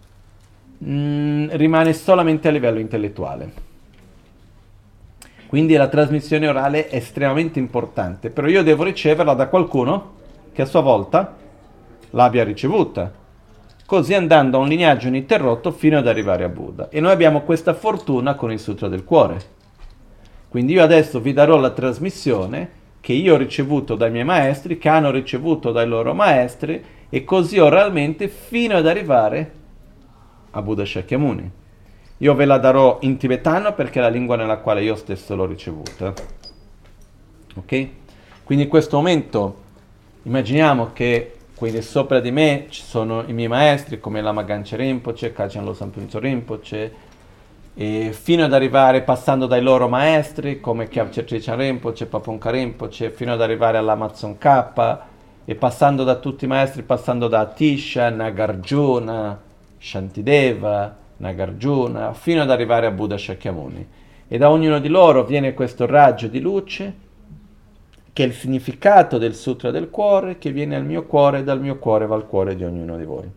rimane solamente a livello intellettuale. Quindi la trasmissione orale è estremamente importante, però io devo riceverla da qualcuno che a sua volta l'abbia ricevuta, così andando a un lignaggio ininterrotto fino ad arrivare a Buddha. E noi abbiamo questa fortuna con il Sutra del Cuore. Quindi io adesso vi darò la trasmissione che io ho ricevuto dai miei maestri, che hanno ricevuto dai loro maestri, e così oralmente fino ad arrivare a Buddha Shakyamuni. Io ve la darò in tibetano perché è la lingua nella quale io stesso l'ho ricevuta. Ok? Quindi in questo momento immaginiamo che quindi sopra di me ci sono i miei maestri come Lama Ganche Rinpoche, Kajan Losam Punso Rinpoche, e fino ad arrivare passando dai loro maestri come Kyabche Trichan Rinpoche, Paponka Rinpoche, fino ad arrivare all'Amazon K, e passando da tutti i maestri, passando da Atisha, Nagarjuna, Shantideva, Nagarjuna, fino ad arrivare a Buddha Shakyamuni. E da ognuno di loro viene questo raggio di luce che è il significato del Sutra del Cuore, che viene al mio cuore e dal mio cuore va al cuore di ognuno di voi.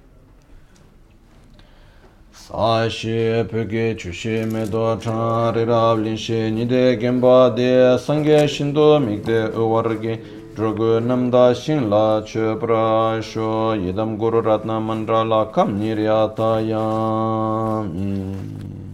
Sashi pyoge chushi medo chan rirab linshe nide genpa de sangye shindo mikde uwargi drogu namda shinla chöpra sho yidam guru ratna mandrala kam niryata yami.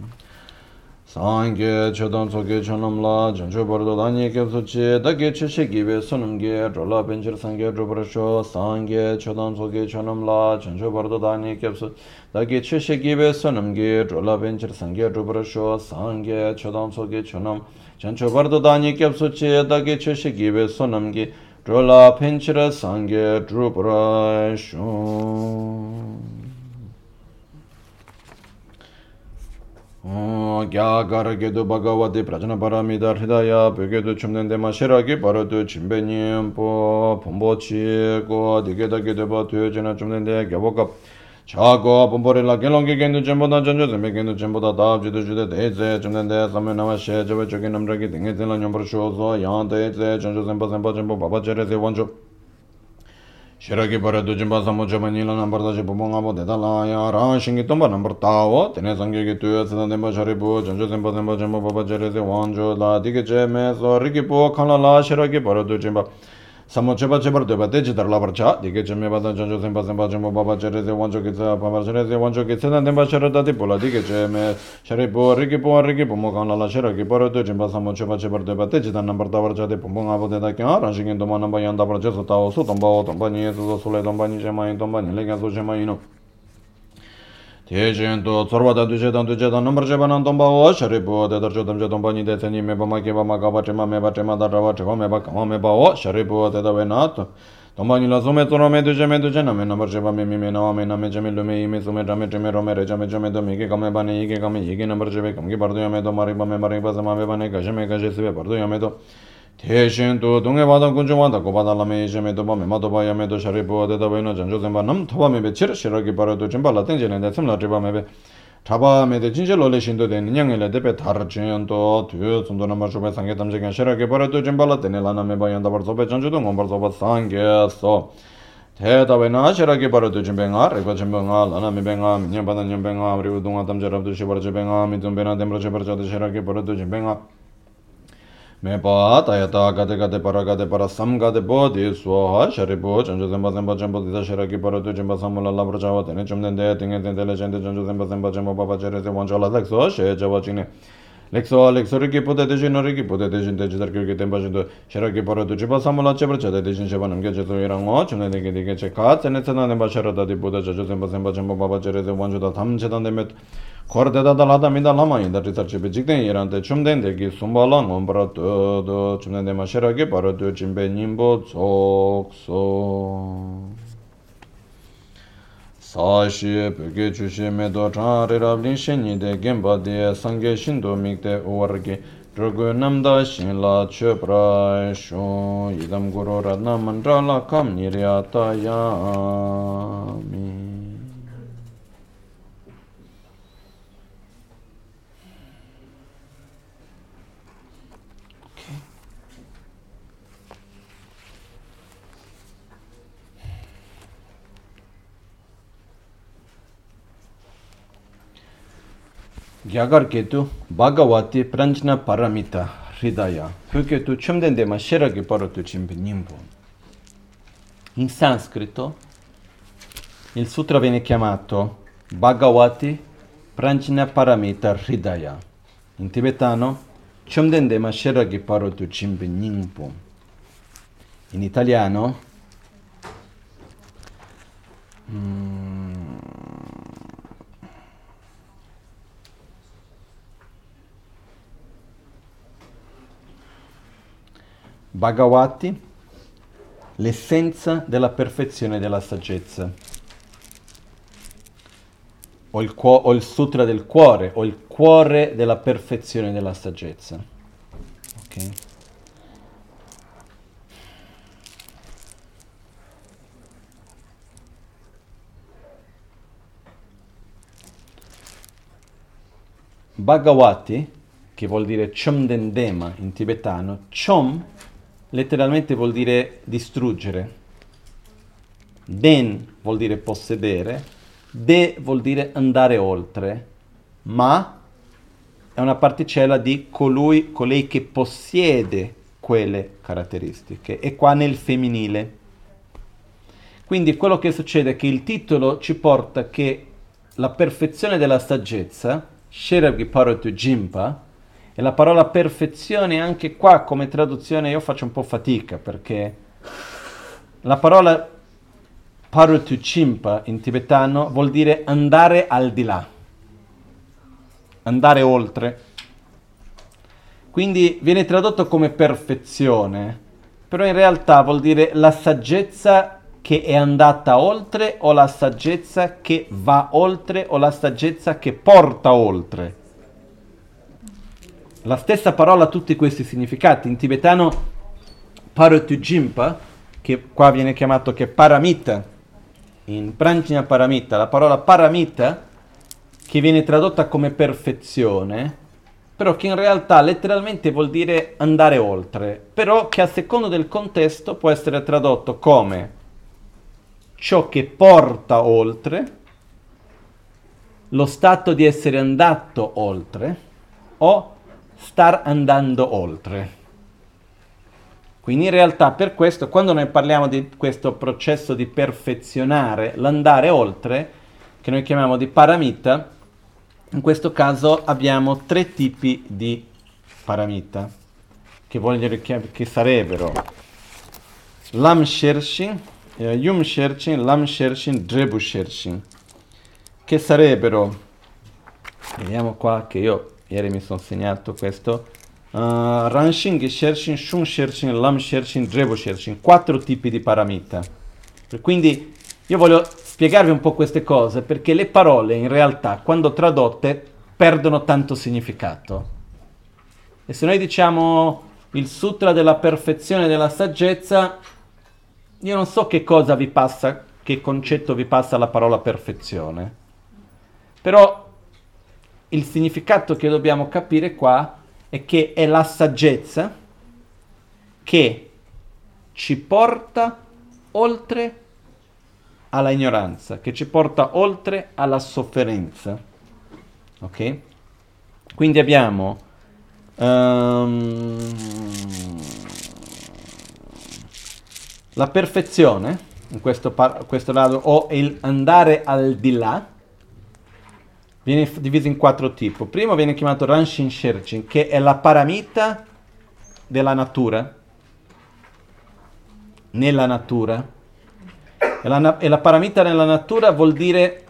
Sangye chodam soke chonamla jancho bardo danye kyabsoche dake cheshe gibe sonamge drola benjir sangye drobrasho sangye chodam soke chonamla jancho bardo danye kyabsoche dake cheshe gibe sonamge drola benjir sangye drobrasho sangye chodam soke chonam jancho bardo danye kyabsoche dake cheshe gibe sonamge drola benjir sangye drobrasho. Gyagara gedu bhagavati prajna paramida hridaya bhagadu chumnende mashiragi paradu chimbenyam po pombochi go digeda gedu batu jena chumnende gyavoka chago pomborila gelongi gendu jemboda janjo zembe gendu jemboda dab judu judu deze chumnende samme namashe jabe chogi namragi dingezela nyambro shozo yan deze janjo zemba zemba jembo baba jereze wanjo Shiraki paradu jimba samu chamanila nambarda jibubunga bo dedala ya ran shingi tomba nambar tawo tene sangye ki tuya tsida nemba sharibu janjo zemba zemba jimba baba jereze wanjo la dike che me so riki po khala la shiraki paradu jimba samu cheba chebar deba te jidar la barcha dike che me bada janjo zemba zemba jimba baba jereze wanjo ki tsida baba jereze wanjo ki tsida nemba sharada di pula dike che me sharibu riki po mo khala la shiraki paradu jimba samu cheba chebar deba te jidar nambar ta barcha de pumbunga bo deda kya ran shingi tomba namba yanda barcha so tao so tomba o tomba ni so sule tomba ni chema in tomba ni lega so chema ino Tejento Zorvada Dujetan number Japan Tomba Sharibu, the Darjotam Jatombani Detani Mebama Kibama Gabachema Mebachema Darava Chomeba Kameba Sharibu, the Venato. Tomani la Sumetro Medujame Dujaname, number Jabami Mena Mejamilume, Mizumejame Romere Jamejame Domiki, Kamebani, Kami, number Jabekam, Gibarduyamedo, Mariba Mariba Zamabane, Jamaica Jesibe, Barduyamedo. Tejento Dungevada Kunjumada, Kobada Mejamedo, Madoba Yamedo Sharibu, the Daveno, Josembanam, Tomame Shiraki Parado Jimbala Tension, and the similar Jibamebe. Taba made the Jinjalo Leshindo, the Nyangela Debet Harjento, two, Sundonama Sangetam Shiraki Parado Jimbala, Tenelana Meba and the Barzobe Janjudum, Barzoba Sange, so. Teta Vena Shiraki Parado Jimbenga, Rekochimbenga, Lana Mibenga, Yambana Yambenga, Rudungatam Jarab to Shibarjabenga, Mitumbena, Dembrajabarja, the Shiraki Parado Jimbenga. Mepa tayata gade para samgade bodhi swaha sharibo chanjo zemba jambo dita shiraki para tu jimba samula labra jawa tene chumden de tinge tente legende chanjo zemba jambo baba chere se wanchola lexo she jawa chine lexo riki pote de jino riki pote de jinte jidar kirki tempa jindo shiraki para tu jimba samula chebra chade de jin sheba namge jesu irango chumden de ke che ka tene tsana de bashara da di buda chanjo zemba jambo baba chere se wanchola tham chedan de met Cordeda dall'ada mi dalla mai da ritarci bejikten irante chumden ki sumbalang ombra do chumden de mashera ke para do chimbe nimbo tsokso sashi pege chushi me do chare rablin sheni de gemba de sange shindo mikte uwarge drogo namda shin la chopra sho idam guru radna mandala kam niryata yami. Gyagar Ketu, Bhagavati, Pranjna Paramita, Hridaya. Ketu Chumdendema Sheragi Paratu Chimbinimbo. In sanscrito, il sutra viene chiamato Bhagavati, Pranjna Paramita, Hridaya. In tibetano, Chumdendema Sheragi Paratu Chimbinimbo. In italiano, Bhagavati, l'essenza della perfezione della saggezza, o il sutra del cuore, o il cuore della perfezione della saggezza. Ok? Bhagavati, che vuol dire Chomdendema in tibetano, Chom letteralmente vuol dire distruggere, Den vuol dire possedere, De vuol dire andare oltre, Ma è una particella di colei che possiede quelle caratteristiche, e qua nel femminile. Quindi quello che succede è che il titolo ci porta che la perfezione della saggezza, Sheragi Paratu Jimpa, e la parola perfezione anche qua come traduzione io faccio un po' fatica, perché la parola Paratu Jimpa in tibetano vuol dire andare al di là, andare oltre. Quindi viene tradotto come perfezione, però in realtà vuol dire la saggezza che è andata oltre, o la saggezza che va oltre, o la saggezza che porta oltre. La stessa parola ha tutti questi significati. In tibetano Paratu Jimpa, che qua viene chiamato che Paramita, in Pranjna Paramita, la parola Paramita, che viene tradotta come perfezione, però che in realtà letteralmente vuol dire andare oltre, però che a seconda del contesto può essere tradotto come ciò che porta oltre, lo stato di essere andato oltre, o star andando oltre. Quindi in realtà per questo, quando noi parliamo di questo processo di perfezionare, l'andare oltre, che noi chiamiamo di paramita, in questo caso abbiamo 3 tipi di paramita, che sarebbero Lam Shershin, Yum Shershin, Lam Shershin, Drebu Shershin. che sarebbero, vediamo qua che io ieri mi sono segnato questo, Ranshin, Geshershin, Shun Shershin, Lam Shershin, Drevo Shershin, 4 tipi di paramita. Quindi io voglio spiegarvi un po' queste cose perché le parole in realtà quando tradotte perdono tanto significato. E se noi diciamo il sutra della perfezione della saggezza, io non so che cosa vi passa, che concetto vi passa la parola perfezione. Però il significato che dobbiamo capire qua è che è la saggezza che ci porta oltre alla ignoranza, che ci porta oltre alla sofferenza. Ok? Quindi abbiamo la perfezione, in questo lato, o il andare al di là, viene diviso in 4 tipi. Primo viene chiamato Ranshin Shershin, che è la paramita della natura, nella natura. E la paramita nella natura vuol dire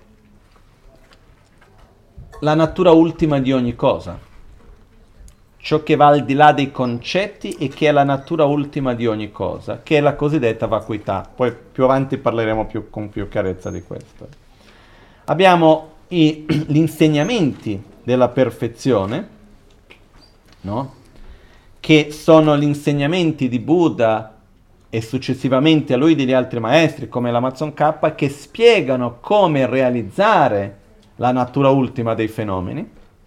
la natura ultima di ogni cosa. Ciò che va al di là dei concetti e che è la natura ultima di ogni cosa, che è la cosiddetta vacuità. Poi più avanti parleremo con più chiarezza di questo. Abbiamo gli insegnamenti della perfezione, no? Che sono gli insegnamenti di Buddha e successivamente a lui degli altri maestri come l'Amazon K, che spiegano come realizzare la natura ultima dei fenomeni.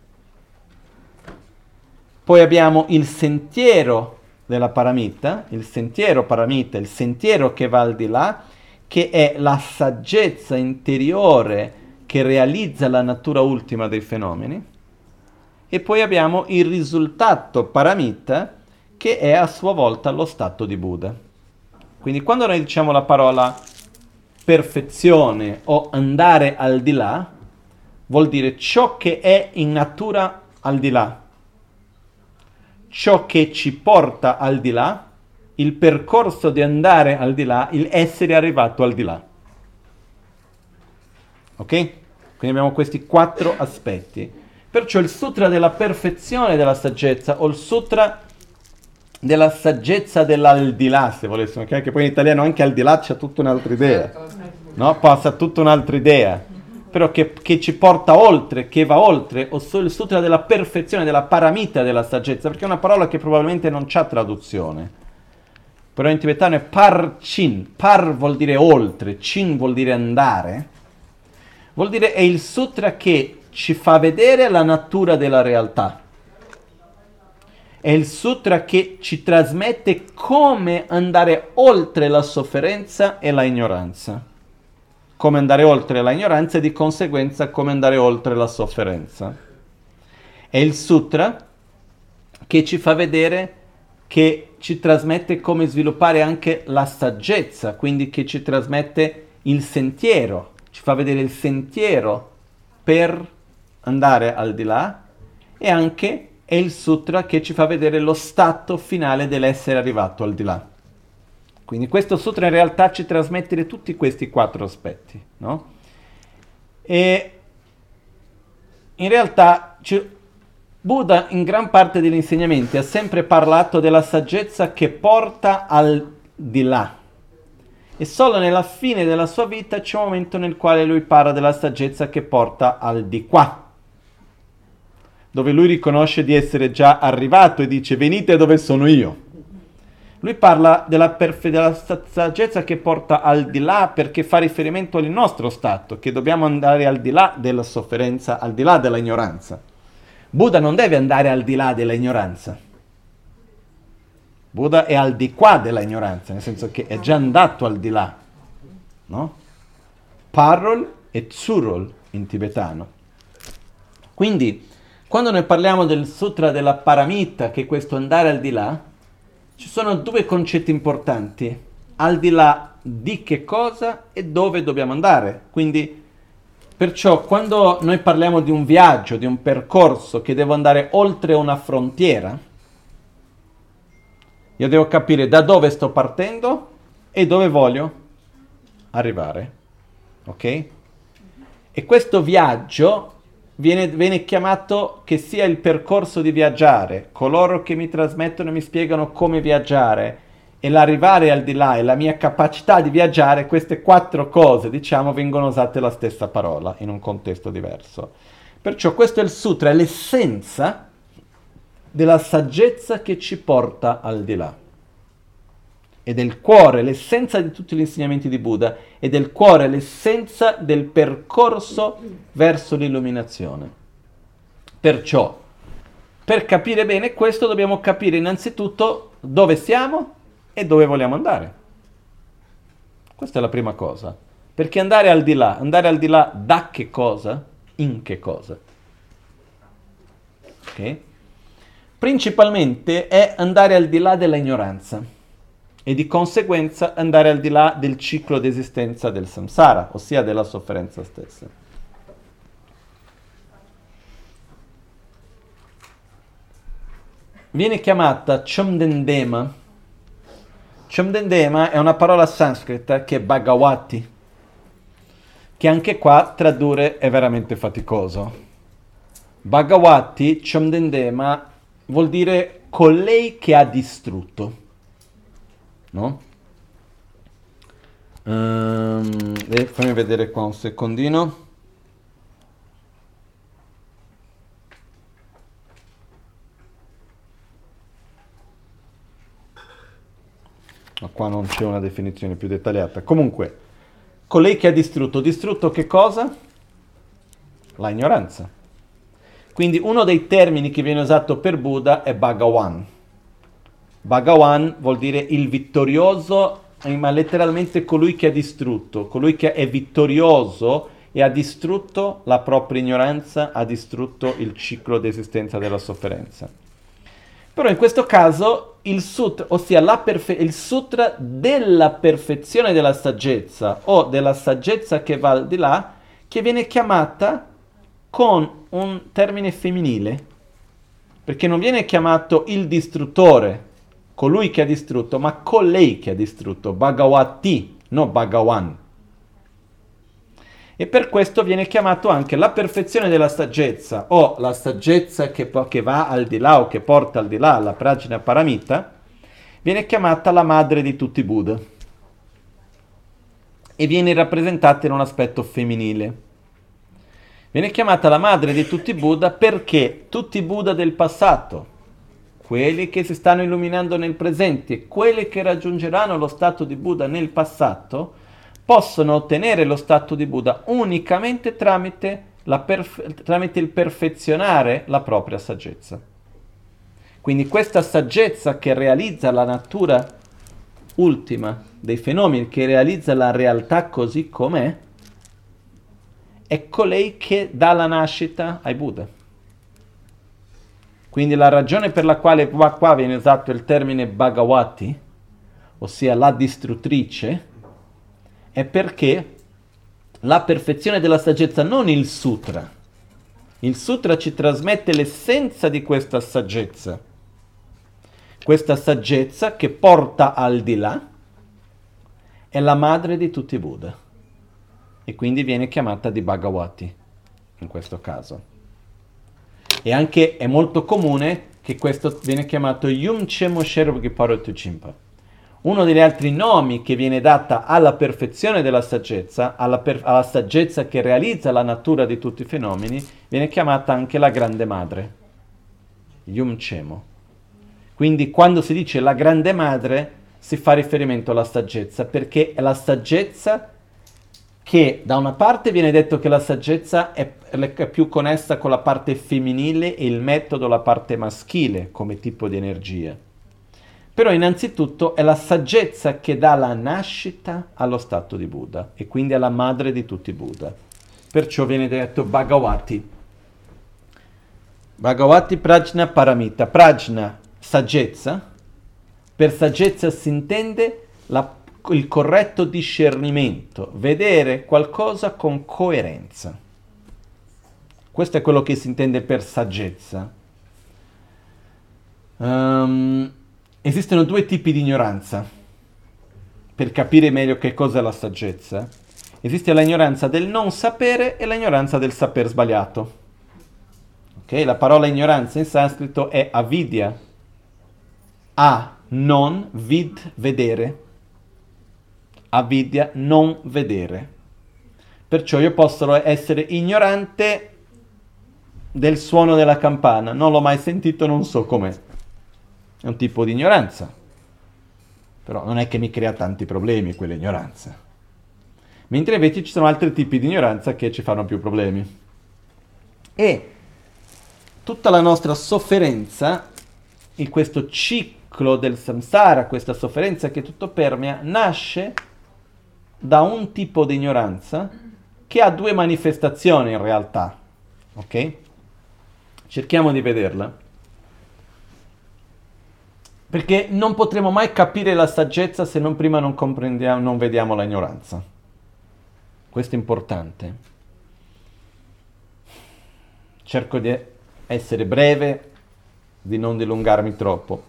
Poi abbiamo il sentiero della paramita, il sentiero paramita, il sentiero che va al di là, che è la saggezza interiore che realizza la natura ultima dei fenomeni. E poi abbiamo il risultato paramita, che è a sua volta lo stato di Buddha. Quindi quando noi diciamo la parola perfezione o andare al di là, vuol dire ciò che è in natura al di là, ciò che ci porta al di là, il percorso di andare al di là, il essere arrivato al di là. Ok? Quindi abbiamo questi 4 aspetti. Perciò il sutra della perfezione della saggezza, o il sutra della saggezza dell'aldilà, se volessimo, okay? Che poi in italiano anche al di là c'è tutta un'altra idea, no? Passa tutta un'altra idea, però che ci porta oltre, che va oltre, o il sutra della perfezione, della paramita della saggezza, perché è una parola che probabilmente non c'ha traduzione, però in tibetano è par chin. Par vuol dire oltre, chin vuol dire andare, vuol dire è il sutra che ci fa vedere la natura della realtà. È il sutra che ci trasmette come andare oltre la sofferenza e la ignoranza. Come andare oltre la ignoranza e di conseguenza come andare oltre la sofferenza. È il sutra che ci fa vedere, che ci trasmette come sviluppare anche la saggezza, quindi che ci trasmette il sentiero, ci fa vedere il sentiero per andare al di là, e anche è il sutra che ci fa vedere lo stato finale dell'essere arrivato al di là. Quindi questo sutra in realtà ci trasmette tutti questi 4 aspetti, no? E in realtà Buddha in gran parte degli insegnamenti ha sempre parlato della saggezza che porta al di là. E solo nella fine della sua vita c'è un momento nel quale lui parla della saggezza che porta al di qua, dove lui riconosce di essere già arrivato e dice venite dove sono io. Lui parla della saggezza che porta al di là perché fa riferimento al nostro stato, che dobbiamo andare al di là della sofferenza, al di là della ignoranza. Buddha non deve andare al di là della ignoranza. Buddha è al di qua della ignoranza, nel senso che è già andato al di là, no? Parol e Tsurol in tibetano. Quindi, quando noi parliamo del sutra della paramita, che è questo andare al di là, ci sono 2 concetti importanti: al di là di che cosa e dove dobbiamo andare. Quindi, perciò, quando noi parliamo di un viaggio, di un percorso che devo andare oltre una frontiera, io devo capire da dove sto partendo e dove voglio arrivare. Ok? E questo viaggio viene chiamato che sia il percorso di viaggiare. Coloro che mi trasmettono e mi spiegano come viaggiare e l'arrivare al di là e la mia capacità di viaggiare, queste 4 cose, diciamo, vengono usate la stessa parola in un contesto diverso. Perciò questo è il sutra, è l'essenza della saggezza che ci porta al di là. Ed è il cuore, l'essenza di tutti gli insegnamenti di Buddha, ed è il cuore, l'essenza del percorso verso l'illuminazione. Perciò, per capire bene questo, dobbiamo capire innanzitutto dove siamo e dove vogliamo andare. Questa è la prima cosa. Perché andare al di là da che cosa? In che cosa? Ok? Principalmente è andare al di là della ignoranza. E di conseguenza andare al di là del ciclo di esistenza del samsara, ossia della sofferenza stessa. Viene chiamata Chomdendema. Chomdendema è una parola sanscrita che è Bhagavati, che anche qua tradurre è veramente faticoso. Bhagavati, Chomdendema, vuol dire colei che ha distrutto. No? Fammi vedere qua un secondino. Ma qua non c'è una definizione più dettagliata. Comunque, colei che ha distrutto. Distrutto che cosa? La ignoranza. Quindi uno dei termini che viene usato per Buddha è Bhagawan. Bhagawan vuol dire il vittorioso, ma letteralmente colui che ha distrutto, colui che è vittorioso e ha distrutto la propria ignoranza, ha distrutto il ciclo di esistenza della sofferenza. Però in questo caso il sutra, ossia il sutra della perfezione della saggezza o della saggezza che va al di là, che viene chiamata con un termine femminile, perché non viene chiamato il distruttore, colui che ha distrutto, ma colei che ha distrutto, Bhagavati, no Bhagawan. E per questo viene chiamato anche la perfezione della saggezza, o la saggezza che va al di là o che porta al di là, la Prajna Paramita, viene chiamata la madre di tutti i Buddha. E viene rappresentata in un aspetto femminile. Viene chiamata la madre di tutti i Buddha perché tutti i Buddha del passato, quelli che si stanno illuminando nel presente e quelli che raggiungeranno lo stato di Buddha nel passato, possono ottenere lo stato di Buddha unicamente tramite il perfezionare la propria saggezza. Quindi questa saggezza che realizza la natura ultima dei fenomeni, che realizza la realtà così com'è, è colei che dà la nascita ai Buddha. Quindi la ragione per la quale qua viene usato il termine Bhagavati, ossia la distruttrice, è perché la perfezione della saggezza, non il sutra. Il sutra ci trasmette l'essenza di questa saggezza che porta al di là, è la madre di tutti i Buddha. E quindi viene chiamata di Bhagavati, in questo caso. E anche è molto comune che questo viene chiamato Yumche Moshervgi Parotuchimpa. Uno degli altri nomi che viene data alla perfezione della saggezza, alla saggezza che realizza la natura di tutti i fenomeni, viene chiamata anche la grande madre, Yumchemo. Quindi quando si dice la grande madre si fa riferimento alla saggezza, perché è la saggezza che da una parte viene detto che la saggezza è più connessa con la parte femminile e il metodo la parte maschile come tipo di energia. Però innanzitutto è la saggezza che dà la nascita allo stato di Buddha e quindi alla madre di tutti i Buddha. Perciò viene detto Bhagavati. Bhagavati Prajna Paramita. Prajna, saggezza. Per saggezza si intende il corretto discernimento, vedere qualcosa con coerenza. Questo è quello che si intende per saggezza. Esistono 2 tipi di ignoranza. Per capire meglio che cosa è la saggezza, Esiste l'ignoranza del non sapere e l'ignoranza del saper sbagliato. Ok? La parola ignoranza in sanscrito è avidya. A, non, vid, vedere. Avidya, non vedere. Perciò io posso essere ignorante del suono della campana. Non l'ho mai sentito, non so com'è. È un tipo di ignoranza. Però non è che mi crea tanti problemi quell'ignoranza. Mentre invece ci sono altri tipi di ignoranza che ci fanno più problemi. E tutta la nostra sofferenza, in questo ciclo del samsara, questa sofferenza che tutto permea, nasce da un tipo di ignoranza che ha due manifestazioni in realtà. Ok? Cerchiamo di vederla. Perché non potremo mai capire la saggezza se non prima non comprendiamo, non vediamo la ignoranza. Questo è importante. Cerco di essere breve, di non dilungarmi troppo.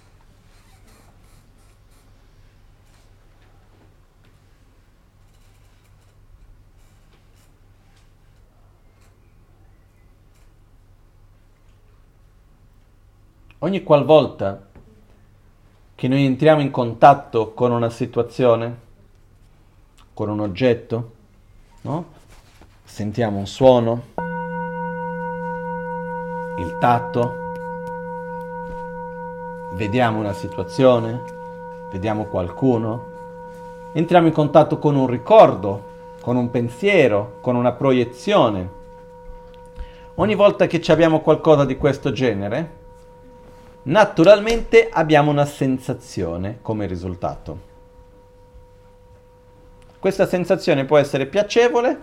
Ogni qualvolta che noi entriamo in contatto con una situazione, con un oggetto, no? Sentiamo un suono, il tatto, vediamo una situazione, vediamo qualcuno, entriamo in contatto con un ricordo, con un pensiero, con una proiezione. Ogni volta che abbiamo qualcosa di questo genere, naturalmente abbiamo una sensazione come risultato. Questa sensazione può essere piacevole,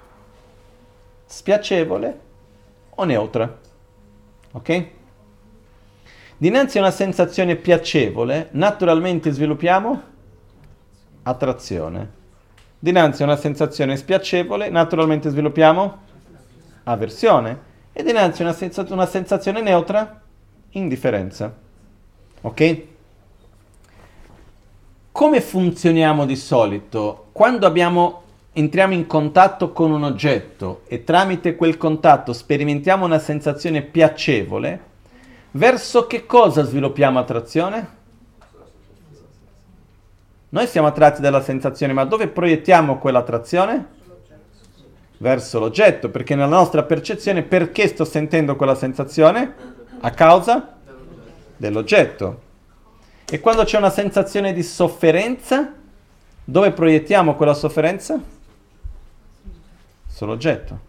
spiacevole o neutra. Ok? Dinanzi a una sensazione piacevole, naturalmente sviluppiamo attrazione. Dinanzi a una sensazione spiacevole, naturalmente sviluppiamo avversione. E dinanzi a una sensazione neutra, indifferenza. Ok? Come funzioniamo di solito? Quando entriamo in contatto con un oggetto e tramite quel contatto sperimentiamo una sensazione piacevole, verso che cosa sviluppiamo attrazione? Noi siamo attratti dalla sensazione, ma dove proiettiamo quell'attrazione? Verso l'oggetto, perché nella nostra percezione, perché sto sentendo quella sensazione? A causa dell'oggetto. E quando c'è una sensazione di sofferenza, dove proiettiamo quella sofferenza? Sull'oggetto.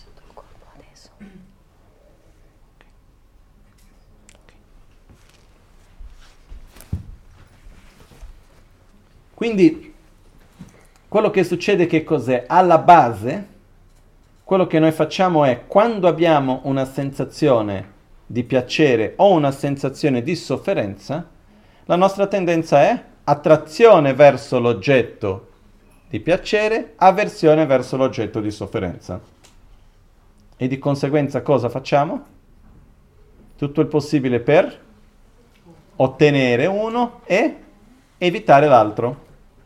Quindi quello che succede che cos'è? Alla base, quello che noi facciamo è, quando abbiamo una sensazione di piacere o una sensazione di sofferenza, la nostra tendenza è attrazione verso l'oggetto di piacere, avversione verso l'oggetto di sofferenza. E di conseguenza cosa facciamo? Tutto il possibile per ottenere uno e evitare l'altro.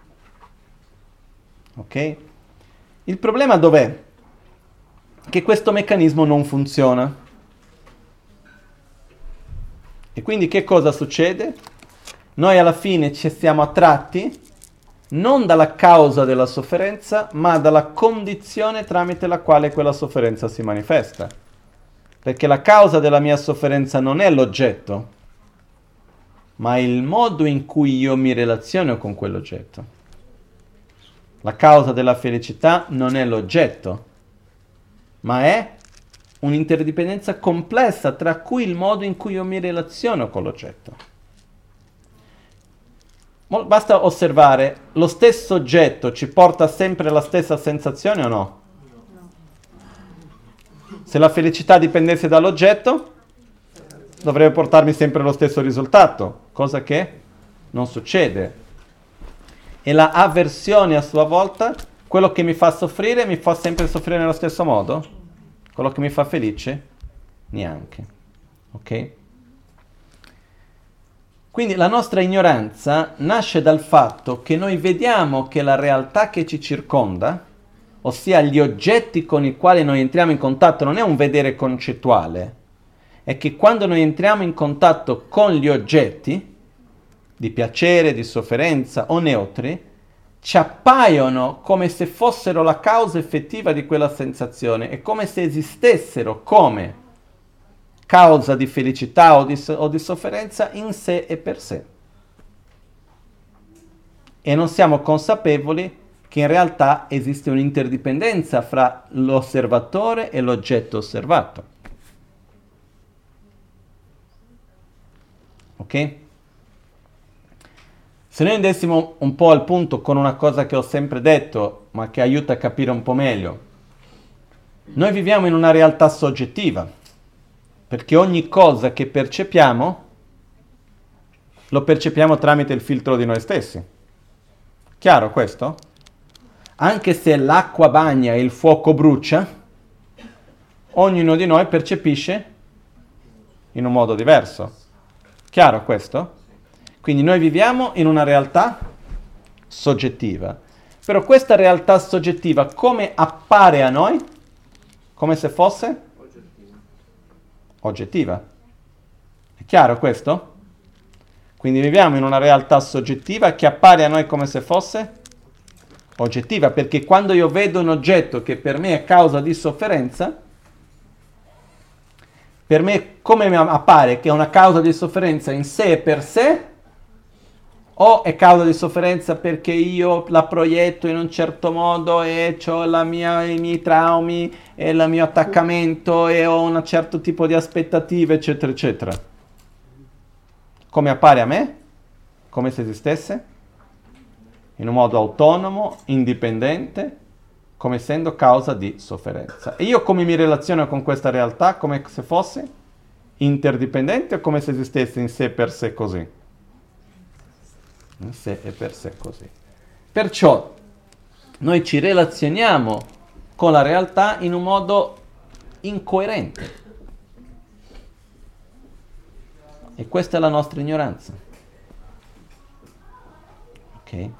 Ok? Il problema dov'è? Che questo meccanismo non funziona. E quindi che cosa succede? Noi alla fine ci siamo attratti non dalla causa della sofferenza, ma dalla condizione tramite la quale quella sofferenza si manifesta. Perché la causa della mia sofferenza non è l'oggetto, ma il modo in cui io mi relaziono con quell'oggetto. La causa della felicità non è l'oggetto, ma è un'interdipendenza complessa tra cui il modo in cui io mi relaziono con l'oggetto. Basta osservare, lo stesso oggetto ci porta sempre alla stessa sensazione o no? Se la felicità dipendesse dall'oggetto, dovrebbe portarmi sempre lo stesso risultato, cosa che non succede. E la avversione a sua volta, quello che mi fa soffrire, mi fa sempre soffrire nello stesso modo? Quello che mi fa felice? Neanche. Ok? Quindi la nostra ignoranza nasce dal fatto che noi vediamo che la realtà che ci circonda ossia gli oggetti con i quali noi entriamo in contatto, non è un vedere concettuale, è che quando noi entriamo in contatto con gli oggetti, di piacere, di sofferenza o neutri, ci appaiono come se fossero la causa effettiva di quella sensazione, è come se esistessero come causa di felicità o di sofferenza in sé e per sé. E non siamo consapevoli che in realtà esiste un'interdipendenza fra l'osservatore e l'oggetto osservato. Ok? Se noi andassimo un po' al punto con una cosa che ho sempre detto, ma che aiuta a capire un po' meglio, noi viviamo in una realtà soggettiva, perché ogni cosa che percepiamo, lo percepiamo tramite il filtro di noi stessi. Chiaro questo? Anche se l'acqua bagna e il fuoco brucia, ognuno di noi percepisce in un modo diverso. Chiaro questo? Quindi noi viviamo in una realtà soggettiva. Però questa realtà soggettiva come appare a noi? Come se fosse? Oggettiva. È chiaro questo? Quindi viviamo in una realtà soggettiva che appare a noi come se fosse oggettiva, perché quando io vedo un oggetto che per me è causa di sofferenza, per me come mi appare che è una causa di sofferenza in sé e per sé, o è causa di sofferenza perché io la proietto in un certo modo e ho i miei traumi e il mio attaccamento e ho un certo tipo di aspettative, eccetera, eccetera. Come appare a me? Come se esistesse? In un modo autonomo, indipendente, come essendo causa di sofferenza. E io come mi relaziono con questa realtà? Come se fosse interdipendente o come se esistesse in sé per sé così? In sé e per sé così. Perciò noi ci relazioniamo con la realtà in un modo incoerente. E questa è la nostra ignoranza. Ok?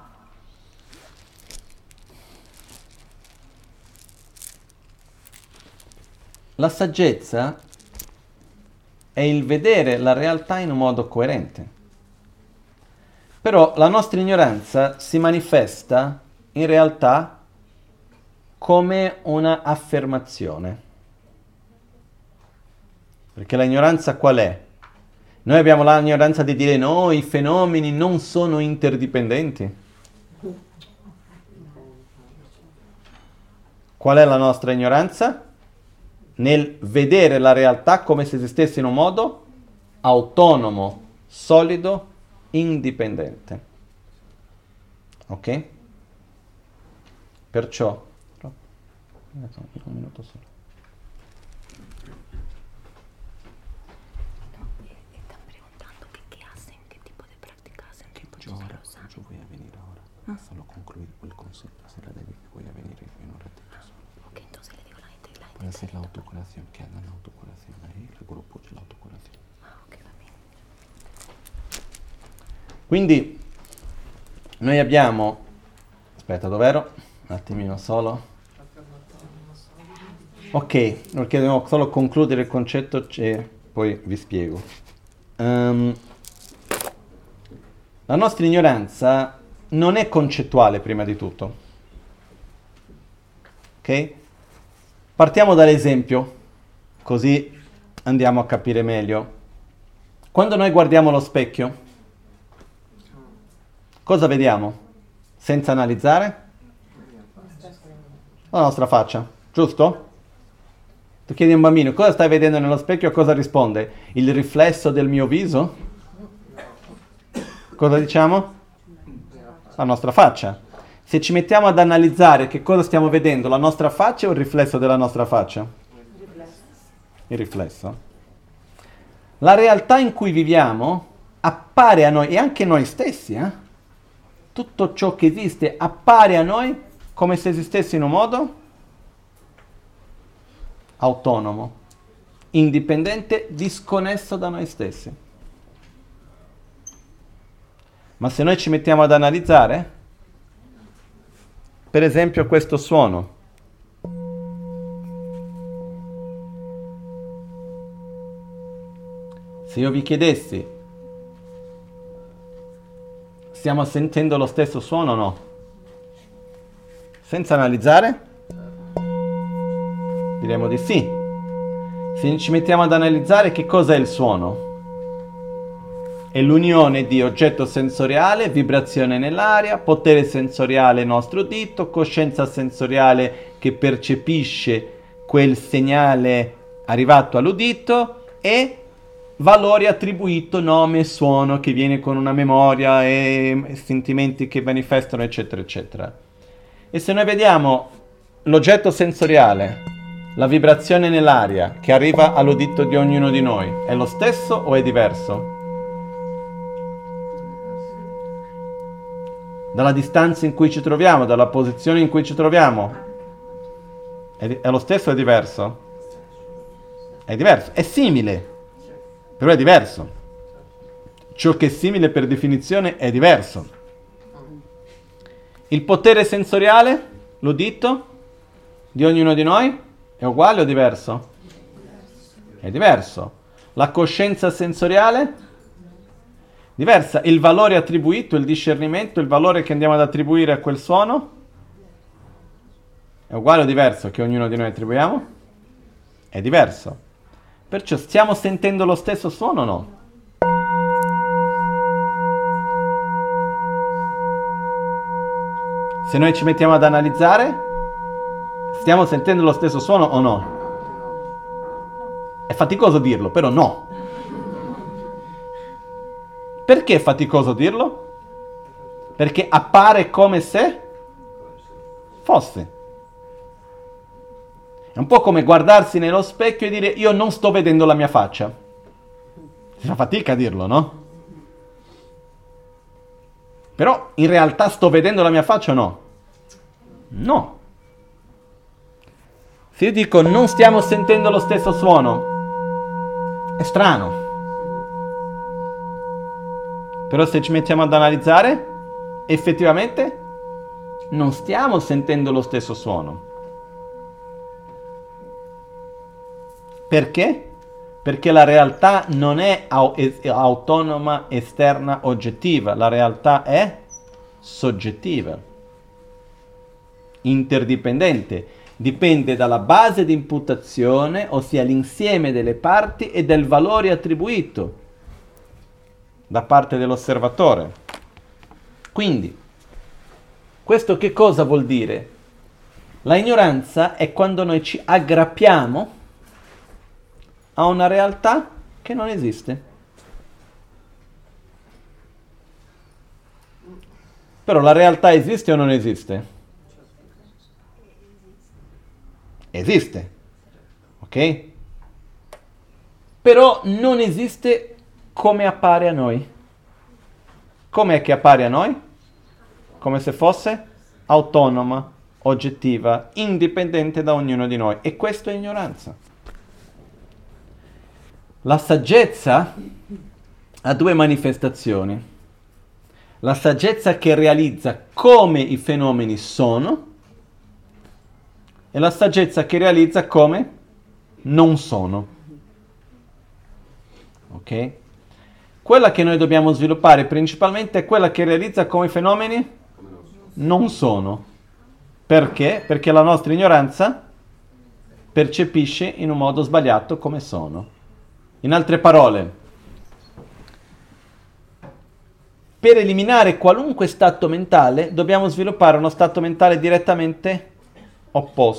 La saggezza è il vedere la realtà in un modo coerente. Però la nostra ignoranza si manifesta in realtà come una affermazione. Perché la ignoranza qual è? Noi abbiamo l'ignoranza di dire no, i fenomeni non sono interdipendenti. Qual è la nostra ignoranza? Nel vedere la realtà come se esistesse in un modo autonomo, solido, indipendente. Ok? Perciò un minuto solo. Están preguntando que qué hacen, qué tipo de práctica hacen. Yo voy a venir ahora. Solo concluir el concepto. Se la debe que voy a venir en un ratito solo. Ok, entonces le digo a la gente. Voy a hacer la autocuración, que hagan la autocuración ahí, il gruppo c'è l'autocurazione. Ok, va bene. Quindi noi abbiamo, aspetta, dov'ero? Un attimino solo. Ok, perché devo solo concludere il concetto e poi vi spiego. La nostra ignoranza non è concettuale prima di tutto. Ok? Partiamo dall'esempio, così andiamo a capire meglio. Quando noi guardiamo lo specchio, cosa vediamo? Senza analizzare? La nostra faccia, giusto? Tu chiedi a un bambino cosa stai vedendo nello specchio, cosa risponde? Il riflesso del mio viso? Cosa diciamo? La nostra faccia. Se ci mettiamo ad analizzare che cosa stiamo vedendo, la nostra faccia o il riflesso della nostra faccia? Il riflesso. La realtà in cui viviamo appare a noi, e anche noi stessi, tutto ciò che esiste appare a noi come se esistesse in un modo autonomo, indipendente, disconnesso da noi stessi. Ma se noi ci mettiamo ad analizzare, per esempio questo suono, Se io vi chiedessi, stiamo sentendo lo stesso suono o no? Senza analizzare? Diremo di sì. Se ci mettiamo ad analizzare, che cosa è il suono? È l'unione di oggetto sensoriale, vibrazione nell'aria, potere sensoriale nostro udito, coscienza sensoriale che percepisce quel segnale arrivato all'udito e valore attribuito, nome, suono che viene con una memoria e sentimenti che manifestano, eccetera, eccetera. E se noi vediamo l'oggetto sensoriale, la vibrazione nell'aria che arriva all'udito di ognuno di noi, è lo stesso o è diverso? Dalla distanza in cui ci troviamo, dalla posizione in cui ci troviamo, è lo stesso o è diverso? È diverso, è simile, però è diverso. Ciò che è simile per definizione è diverso. Il potere sensoriale, l'udito, di ognuno di noi, è uguale o diverso? È diverso. La coscienza sensoriale? Diversa. Il valore attribuito, il discernimento, il valore che andiamo ad attribuire a quel suono? È uguale o diverso che ognuno di noi attribuiamo? È diverso. Perciò stiamo sentendo lo stesso suono o no? Se noi ci mettiamo ad analizzare, stiamo sentendo lo stesso suono o no? È faticoso dirlo, però no. Perché è faticoso dirlo? Perché appare come se fosse. È un po' come guardarsi nello specchio e dire io non sto vedendo la mia faccia. Si fa fatica a dirlo, no? Però in realtà sto vedendo la mia faccia o no? No. Se io dico non stiamo sentendo lo stesso suono, è strano. Però se ci mettiamo ad analizzare, effettivamente non stiamo sentendo lo stesso suono. Perché? Perché la realtà non è autonoma, esterna, oggettiva. La realtà è soggettiva, interdipendente. Dipende dalla base di imputazione, ossia l'insieme delle parti e del valore attribuito da parte dell'osservatore. Quindi, questo che cosa vuol dire? La ignoranza è quando noi ci aggrappiamo a una realtà che non esiste. Però la realtà esiste o non esiste? Esiste, ok? Però non esiste come appare a noi. Com'è che appare a noi? Come se fosse autonoma, oggettiva, indipendente da ognuno di noi. E questo è ignoranza. La saggezza ha due manifestazioni. La saggezza che realizza come i fenomeni sono e la saggezza che realizza come non sono. Ok? Quella che noi dobbiamo sviluppare principalmente è quella che realizza come i fenomeni non sono. Perché? Perché la nostra ignoranza percepisce in un modo sbagliato come sono. In altre parole, per eliminare qualunque stato mentale dobbiamo sviluppare uno stato mentale direttamente opposto.